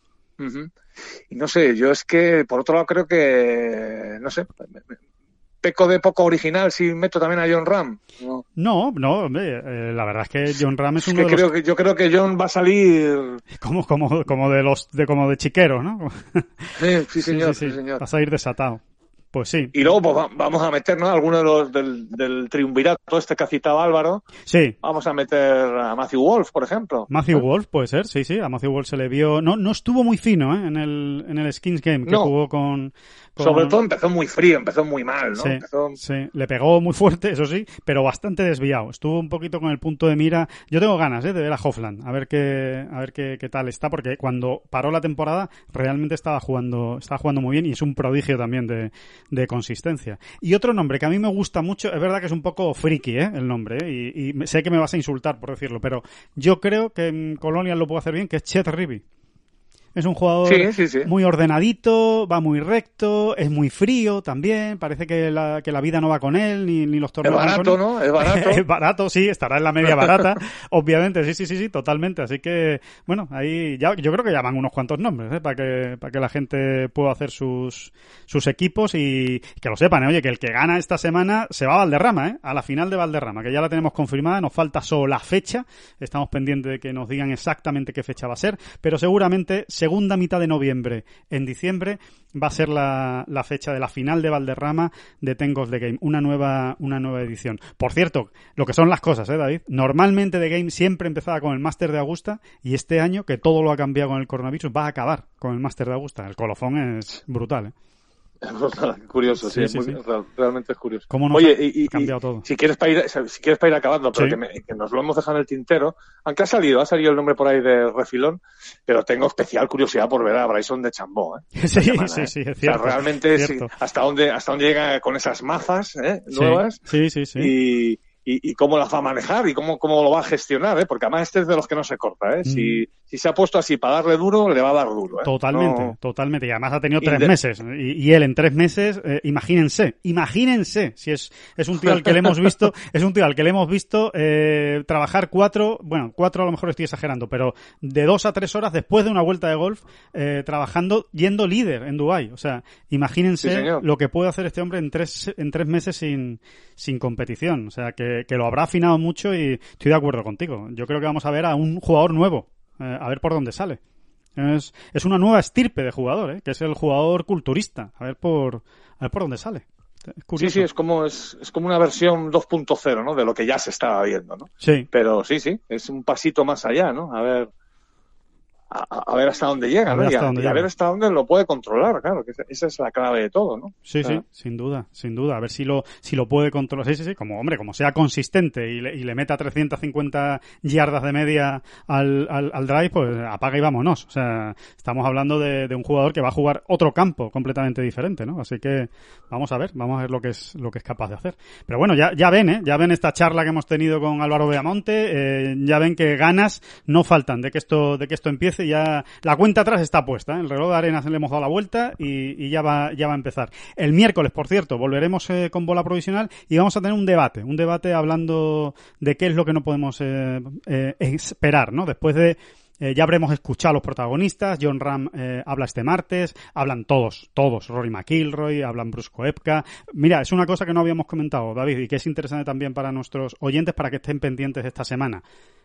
Speaker 6: Ujú. Y no sé, yo es que, por otro lado, creo que, no sé, me- me- peco de poco original si meto también a John Ram. No.
Speaker 5: No, no, hombre, eh, la verdad es que John Ram es
Speaker 6: Es
Speaker 5: uno
Speaker 6: que
Speaker 5: de los
Speaker 6: creo que, yo creo que John va a salir...
Speaker 5: como como como de los de como de chiquero, ¿no?
Speaker 6: Eh, sí, señor,
Speaker 5: sí,
Speaker 6: sí,
Speaker 5: sí,
Speaker 6: señor.
Speaker 5: vas a ir desatado. Pues sí,
Speaker 6: Y luego pues, va- vamos a meter, ¿no? Alguno de los del, del triunvirato este que ha citado Álvaro.
Speaker 5: sí.
Speaker 6: Vamos a meter a Matthew Wolf, por ejemplo.
Speaker 5: Matthew Wolf puede ser, sí, sí. A Matthew Wolf se le vio, no, no estuvo muy fino, ¿eh? En el en el Skins Game que
Speaker 6: No.
Speaker 5: jugó con, con-
Speaker 6: Sobre todo empezó muy frío, empezó muy mal, ¿no?
Speaker 5: Sí,
Speaker 6: Empezó...
Speaker 5: sí, le pegó muy fuerte, eso sí, pero bastante desviado. Estuvo un poquito con el punto de mira. Yo tengo ganas, ¿eh? De ver a Hofland, a ver qué, a ver qué, qué tal está, porque cuando paró la temporada realmente estaba jugando, estaba jugando muy bien y es un prodigio también de, de consistencia. Y otro nombre que a mí me gusta mucho, es verdad que es un poco friki, ¿eh? El nombre, ¿eh? Y, y me- sé que me vas a insultar por decirlo, pero yo creo que en Colonial lo puedo hacer bien, que es Chet Reavie. Es un jugador
Speaker 6: Sí, sí, sí.
Speaker 5: muy ordenadito, va muy recto, es muy frío también, parece que la, que la vida no va con él, ni, ni los
Speaker 6: Es
Speaker 5: torneos van
Speaker 6: barato,
Speaker 5: con él.
Speaker 6: ¿no? Es barato.
Speaker 5: Es barato, sí, estará en la media barata, obviamente, sí, sí, sí, sí, totalmente. Así que, bueno, ahí ya, yo creo que ya van unos cuantos nombres, ¿eh? Para que, para que la gente pueda hacer sus, sus equipos y que lo sepan, ¿eh? Oye, que el que gana esta semana se va a Valderrama, ¿eh? A la final de Valderrama, que ya la tenemos confirmada, nos falta solo la fecha, estamos pendientes de que nos digan exactamente qué fecha va a ser, pero seguramente segunda mitad de noviembre, en diciembre, va a ser la, la fecha de la final de Valderrama de Ten Golf The Game, una nueva, una nueva edición. Por cierto, lo que son las cosas, ¿eh, David? Normalmente The Game siempre empezaba con el Máster de Augusta y este año, que todo lo ha cambiado con el coronavirus, va a acabar con el Máster de Augusta. El colofón es brutal, ¿eh?
Speaker 6: Curioso, sí,
Speaker 5: Sí,
Speaker 6: es
Speaker 5: sí,
Speaker 6: muy,
Speaker 5: sí.
Speaker 6: real- realmente es curioso.
Speaker 5: ¿Cómo nos
Speaker 6: Oye,
Speaker 5: ha
Speaker 6: y, y-
Speaker 5: cambiado
Speaker 6: y
Speaker 5: todo?
Speaker 6: si quieres para ir, si quieres para ir acabando, pero
Speaker 5: Sí.
Speaker 6: que, me- que nos lo hemos dejado en el tintero, aunque ha salido, ha salido el nombre por ahí de refilón, pero tengo especial curiosidad por ver a Bryson de Chambó, ¿eh? Esta
Speaker 5: Sí,
Speaker 6: semana,
Speaker 5: sí,
Speaker 6: ¿eh?
Speaker 5: sí, es
Speaker 6: O sea,
Speaker 5: cierto.
Speaker 6: realmente sí,
Speaker 5: cierto.
Speaker 6: hasta dónde, hasta dónde llega con esas mazas, ¿eh?
Speaker 5: Sí,
Speaker 6: Nuevas.
Speaker 5: sí, sí, sí.
Speaker 6: Y, y, y cómo las va a manejar y cómo, cómo lo va a gestionar, ¿eh? Porque además este es de los que no se corta, ¿eh?
Speaker 5: Mm.
Speaker 6: Si, si se ha puesto así para darle duro, le va a dar duro, ¿eh?
Speaker 5: Totalmente,
Speaker 6: No-
Speaker 5: totalmente. Y además ha tenido
Speaker 6: Y
Speaker 5: tres
Speaker 6: de-
Speaker 5: meses. Y, y él en tres meses, eh, imagínense, imagínense si es, es un tío al que le hemos visto, es un tío al que le hemos visto eh, trabajar cuatro, bueno, cuatro a lo mejor estoy exagerando, pero de dos a tres horas después de una vuelta de golf, eh, trabajando, yendo líder en Dubái. O sea, imagínense
Speaker 6: Sí, señor.
Speaker 5: lo que puede hacer este hombre en tres, en tres meses sin, sin competición. O sea, que, que lo habrá afinado mucho y estoy de acuerdo contigo. Yo creo que vamos a ver a un jugador nuevo. Eh, a ver por dónde sale. Es, es una nueva estirpe de jugador, ¿eh? Que es el jugador culturista. A ver por a ver por dónde sale. Es
Speaker 6: Sí,
Speaker 5: curioso.
Speaker 6: sí, es como, es, es como una versión dos punto cero, ¿no? De lo que ya se estaba viendo, ¿no?
Speaker 5: Sí.
Speaker 6: Pero sí, sí, es un pasito más allá, ¿no? A ver, a, a ver hasta dónde llega,
Speaker 5: A
Speaker 6: ¿no?
Speaker 5: ver
Speaker 6: Y
Speaker 5: hasta
Speaker 6: a,
Speaker 5: dónde
Speaker 6: y a
Speaker 5: llega.
Speaker 6: ver hasta dónde lo puede controlar, claro, que esa- esa es la clave de todo, ¿no?
Speaker 5: Sí,
Speaker 6: O sea,
Speaker 5: sí, sin duda, sin duda. A ver si lo si lo puede controlar. Sí, sí, sí, como hombre, como sea consistente y le, y le meta trescientas cincuenta yardas de media al, al, al drive, pues apaga y vámonos. O sea, estamos hablando de, de un jugador que va a jugar otro campo completamente diferente, ¿no? Así que vamos a ver, vamos a ver lo que es lo que es capaz de hacer. Pero bueno, ya ya ven, ¿eh? Ya ven esta charla que hemos tenido con Álvaro Beamonte, eh, ya ven que ganas no faltan de que esto de que esto empiece. Ya la cuenta atrás está puesta, ¿eh? El reloj de arena se le hemos dado la vuelta y, y ya va ya va a empezar. El miércoles, por cierto, volveremos eh, con bola provisional y vamos a tener un debate, un debate hablando de qué es lo que no podemos eh, eh, esperar, ¿no? Después de Eh, ya habremos escuchado a los protagonistas. John Ram eh, habla este martes, hablan todos, todos, Rory McIlroy, hablan Brusco Koepka. Mira, es una cosa que no habíamos comentado, David, y que es interesante también para nuestros oyentes para que estén pendientes esta semana.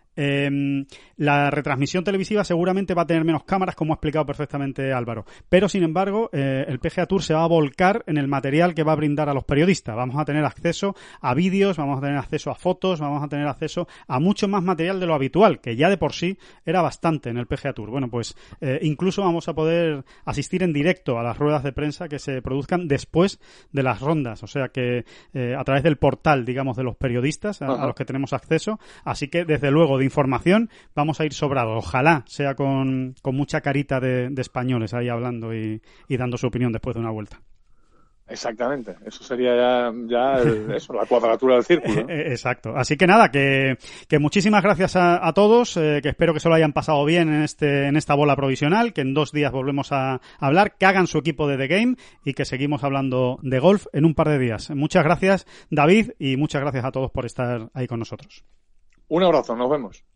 Speaker 5: Eh, la retransmisión televisiva seguramente va a tener menos cámaras, como ha explicado perfectamente Álvaro, pero sin embargo eh, el P G A Tour se va a volcar en el material que va a brindar a los periodistas. Vamos a tener acceso a vídeos, vamos a tener acceso a fotos, vamos a tener acceso a mucho más material de lo habitual, que ya de por sí era bastante en el P G A Tour. Bueno, pues eh, incluso vamos a poder asistir en directo a las ruedas de prensa que se produzcan después de las rondas, o sea que eh, a través del portal, digamos, de los periodistas a, a los que tenemos acceso. Así que desde luego de información vamos a ir sobrados. Ojalá sea con, con mucha carita de, de españoles ahí hablando y, y dando su opinión después de una vuelta.
Speaker 6: Exactamente, eso sería ya, ya el- eso, la cuadratura del círculo, ¿no?
Speaker 5: Eh, Exacto. Así que nada, que, que muchísimas gracias a, a todos, eh, que espero que se lo hayan pasado bien en este en esta bola provisional, que en dos días volvemos a, a hablar, que hagan su equipo de The Game y que seguimos hablando de golf en un par de días. Muchas gracias, David, y muchas gracias a todos por estar ahí con nosotros.
Speaker 6: Un abrazo, nos vemos.